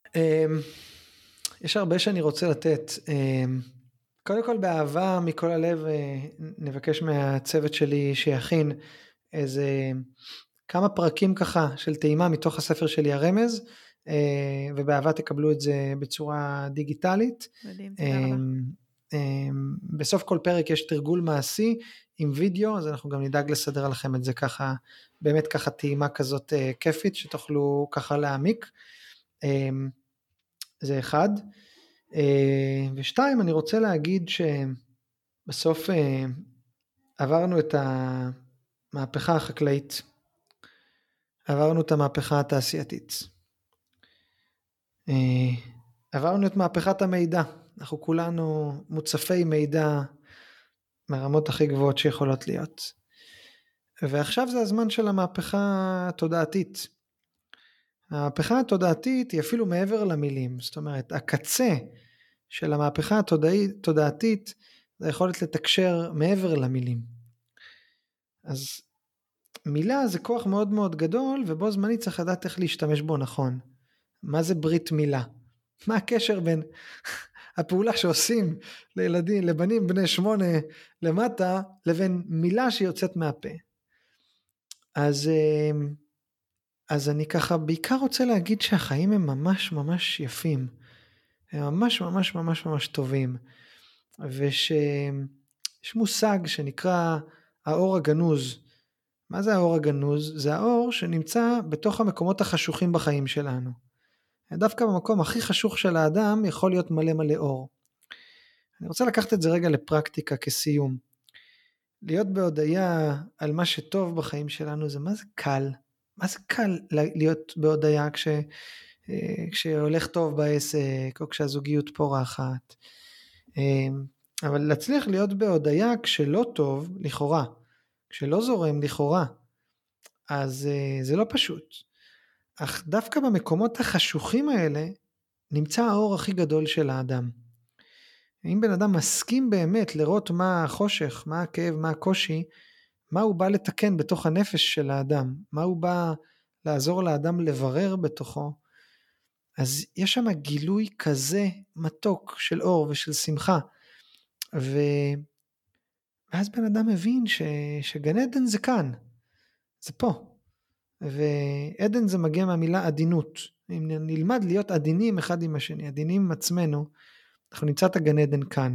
יש הרבה שאני רוצה לתת. קודם כל באהבה מכל הלב נבקש מהצוות שלי שיכין איזה כמה פרקים ככה של טעימה מתוך הספר שלי הרמז, ובאהבה תקבלו את זה בצורה דיגיטלית. מדהים, תודה רבה. בסוף כל פרק יש תרגול מעשי עם וידאו, אז אנחנו גם נדאג לסדר לכם את זה ככה, באמת ככה טעימה כזאת כיפית, שתוכלו ככה להעמיק. זה אחד. ושתיים, אני רוצה להגיד שבסוף עברנו את המהפכה החקלאית, עברנו את המהפכה התעשייתית, עברנו את מהפכת המידע, אנחנו כולנו מוצפי מידע מהרמות הכי גבוהות שיכולות להיות, ועכשיו זה הזמן של המהפכה התודעתית. המהפכה התודעתית היא אפילו מעבר למילים, זאת אומרת הקצה של המהפכה התודעתית זה יכולת לתקשר מעבר למילים. אז מילה זה כוח מאוד מאוד גדול, ובו זמנית צריך לדעת איך להשתמש בו נכון. מה זה ברית מילה? מה הקשר בין הפעולה שעושים לילדים, לבנים בני שמונה למטה, לבין מילה שיוצאת מהפה? אז, אז אני ככה בעיקר רוצה להגיד שהחיים הם ממש ממש יפים, הם ממש ממש ממש ממש טובים, ושיש מושג שנקרא האור הגנוז. מה זה האור הגנוז? זה האור שנמצא בתוך המקומות החשוכים בחיים שלנו. דווקא במקום הכי חשוך של האדם יכול להיות מלא מלא אור. אני רוצה לקחת את זה רגע לפרקטיקה כסיום. להיות בהודעה על מה שטוב בחיים שלנו זה מה זה קל, מה זה קל להיות בהודעה כש, כשהולך טוב בעסק או כשהזוגיות פורחת, אבל להצליח להיות בהודעה כשלא טוב לכאורה, כשלא זורם לכאורה, אז זה לא פשוט. אך דווקא במקומות החשוכים האלה נמצא האור הכי גדול של האדם. אם בן אדם מסכים באמת לראות מה החושך, מה הכאב, מה הקושי, מה הוא בא לתקן בתוך הנפש של האדם, מה הוא בא לעזור לאדם לברר בתוכו, אז יש שם גילוי כזה מתוק של אור ושל שמחה, ו... ואז בן אדם מבין ש... שגן עדן זה כאן, זה פה, ועדן זה מגיע מהמילה עדינות, אם נלמד להיות עדינים אחד עם השני, עדינים עם עצמנו, אנחנו נמצא את הגן עדן כאן,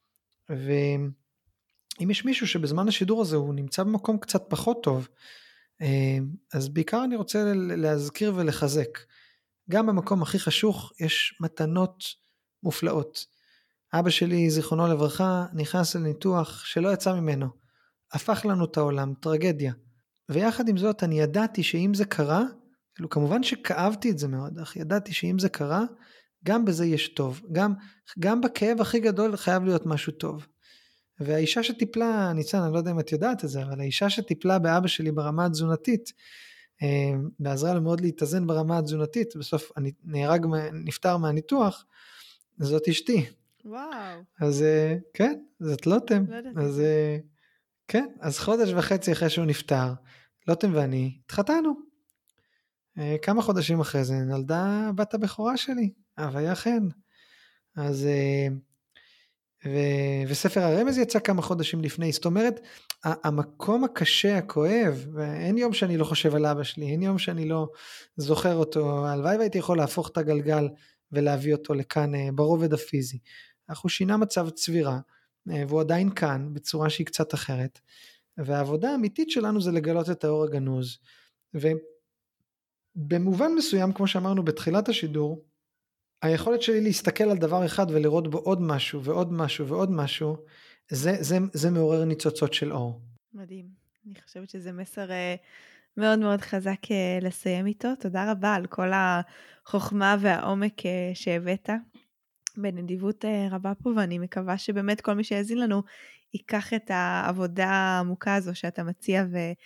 ואם יש מישהו שבזמן השידור הזה הוא נמצא במקום קצת פחות טוב, אז בעיקר אני רוצה להזכיר ולחזק, גם במקום הכי חשוך יש מתנות מופלאות. אבא שלי זיכרונו לברכה נכנס לניתוח שלא יצא ממנו, הפך לנו את העולם, טרגדיה, ויחד עם זאת אני ידעתי שאם זה קרה, כאילו כמובן שכאבתי את זה מאוד, אך ידעתי שאם זה קרה, גם בזה יש טוב, גם, גם בכאב הכי גדול חייב להיות משהו טוב. והאישה שטיפלה, ניצן, אני לא יודע אם את יודעת את זה, אבל האישה שטיפלה באבא שלי ברמה התזונתית, בעזרה לו מאוד להתאזן ברמה התזונתית, בסוף אני נהרג, נפטר מהניתוח, זאת אשתי. וואו. אז כן, זאת לוטם. לא אז כן, אז חודש וחצי אחרי שהוא נפטר, לוטם ואני התחתנו. כמה חודשים אחרי זה נולדה בת הבכורה שלי, הוויה חן. אז, ו, וספר הרמז יצא כמה חודשים לפני, זאת אומרת, המקום הקשה, הכואב, ואין יום שאני לא חושב על אבא שלי, אין יום שאני לא זוכר אותו, הלוואי והייתי יכול להפוך את הגלגל ולהביא אותו לכאן ברובד הפיזי. אך הוא שינה מצב צבירה, והוא עדיין כאן בצורה שהיא קצת אחרת, והעבודה האמיתית שלנו זה לגלות את האור הגנוז, ובמובן מסוים, כמו שאמרנו בתחילת השידור, היכולת שלי להסתכל על דבר אחד ולראות בו עוד משהו ועוד משהו ועוד משהו, זה, זה, זה מעורר ניצוצות של אור. מדהים. אני חושבת שזה מסר מאוד מאוד חזק לסיים איתו. תודה רבה על כל החוכמה והעומק שהבאת בנדיבות רבה פה, ואני מקווה שבאמת כל מי שיאזין לנו ייקח את העבודה העמוקה הזו שאתה מציע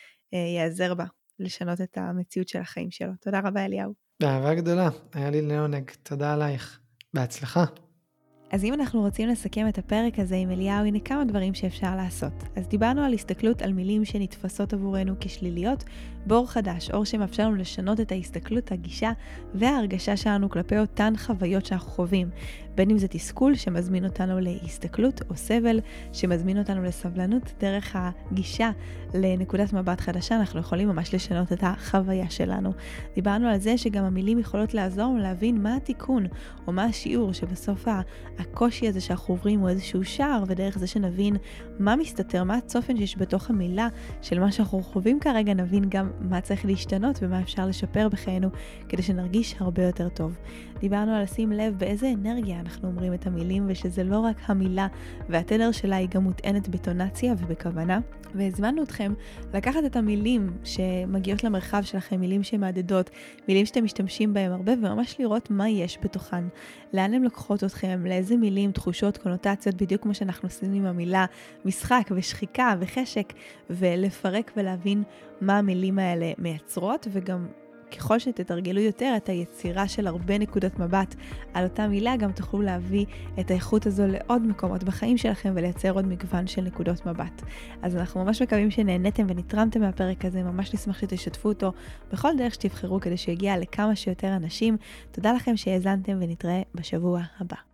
ויעזר בה לשנות את המציאות של החיים שלו. תודה רבה אליהו. באהבה גדולה, היה לי לעונג, תודה עלייך, בהצלחה. אז אם אנחנו רוצים לסכם את הפרק הזה עם אליהו, הנה כמה דברים שאפשר לעשות. אז דיברנו על הסתכלות על מילים שנתפסות עבורנו כשליליות, באור חדש, אור שמאפשר לנו לשנות את ההסתכלות, הגישה וההרגשה שלנו כלפי אותן חוויות שאנחנו חווים. בין אם זה תסכול שמזמין אותנו להסתכלות, או סבל שמזמין אותנו לסבלנות, דרך הגישה לנקודת מבט חדשה, אנחנו יכולים ממש לשנות את החוויה שלנו. דיברנו על זה שגם המילים יכולות לעזור לנו להבין מה התיקון, או מה השיעור, שבסוף הקושי הזה שאנחנו עוברים הוא איזשהו שער, ודרך זה שנבין מה מסתתר, מה הצופן שיש בתוך המילה של מה שאנחנו חווים כרגע, נבין גם מה צריך להשתנות ומה אפשר לשפר בחיינו, כדי שנרגיש הרבה יותר טוב. דיברנו על לשים לב באיזה אנרגיה אנחנו אומרים את המילים, ושזה לא רק המילה, והתדר שלה היא גם מוטענת בטונציה ובכוונה. והזמנו אתכם לקחת את המילים שמגיעות למרחב שלכם, מילים שמעדדות, מילים שאתם משתמשים בהם הרבה, וממש לראות מה יש בתוכן. לאן הם לוקחות אתכם, לאיזה מילים, תחושות, קונוטציות, בדיוק כמו שאנחנו עושים עם המילה משחק ושחיקה וחשק, ולפרק ולהבין מה המילים האלה מייצרות, וגם ככל שתתרגלו יותר את היצירה של הרבה נקודות מבט על אותה מילה, גם תוכלו להביא את האיכות הזו לעוד מקומות בחיים שלכם ולייצר עוד מגוון של נקודות מבט. אז אנחנו ממש מקווים שנהנתם ונתרמתם מהפרק הזה, ממש נשמח שתשתפו אותו בכל דרך שתבחרו כדי שיגיע לכמה שיותר אנשים. תודה לכם שהאזנתם ונתראה בשבוע הבא.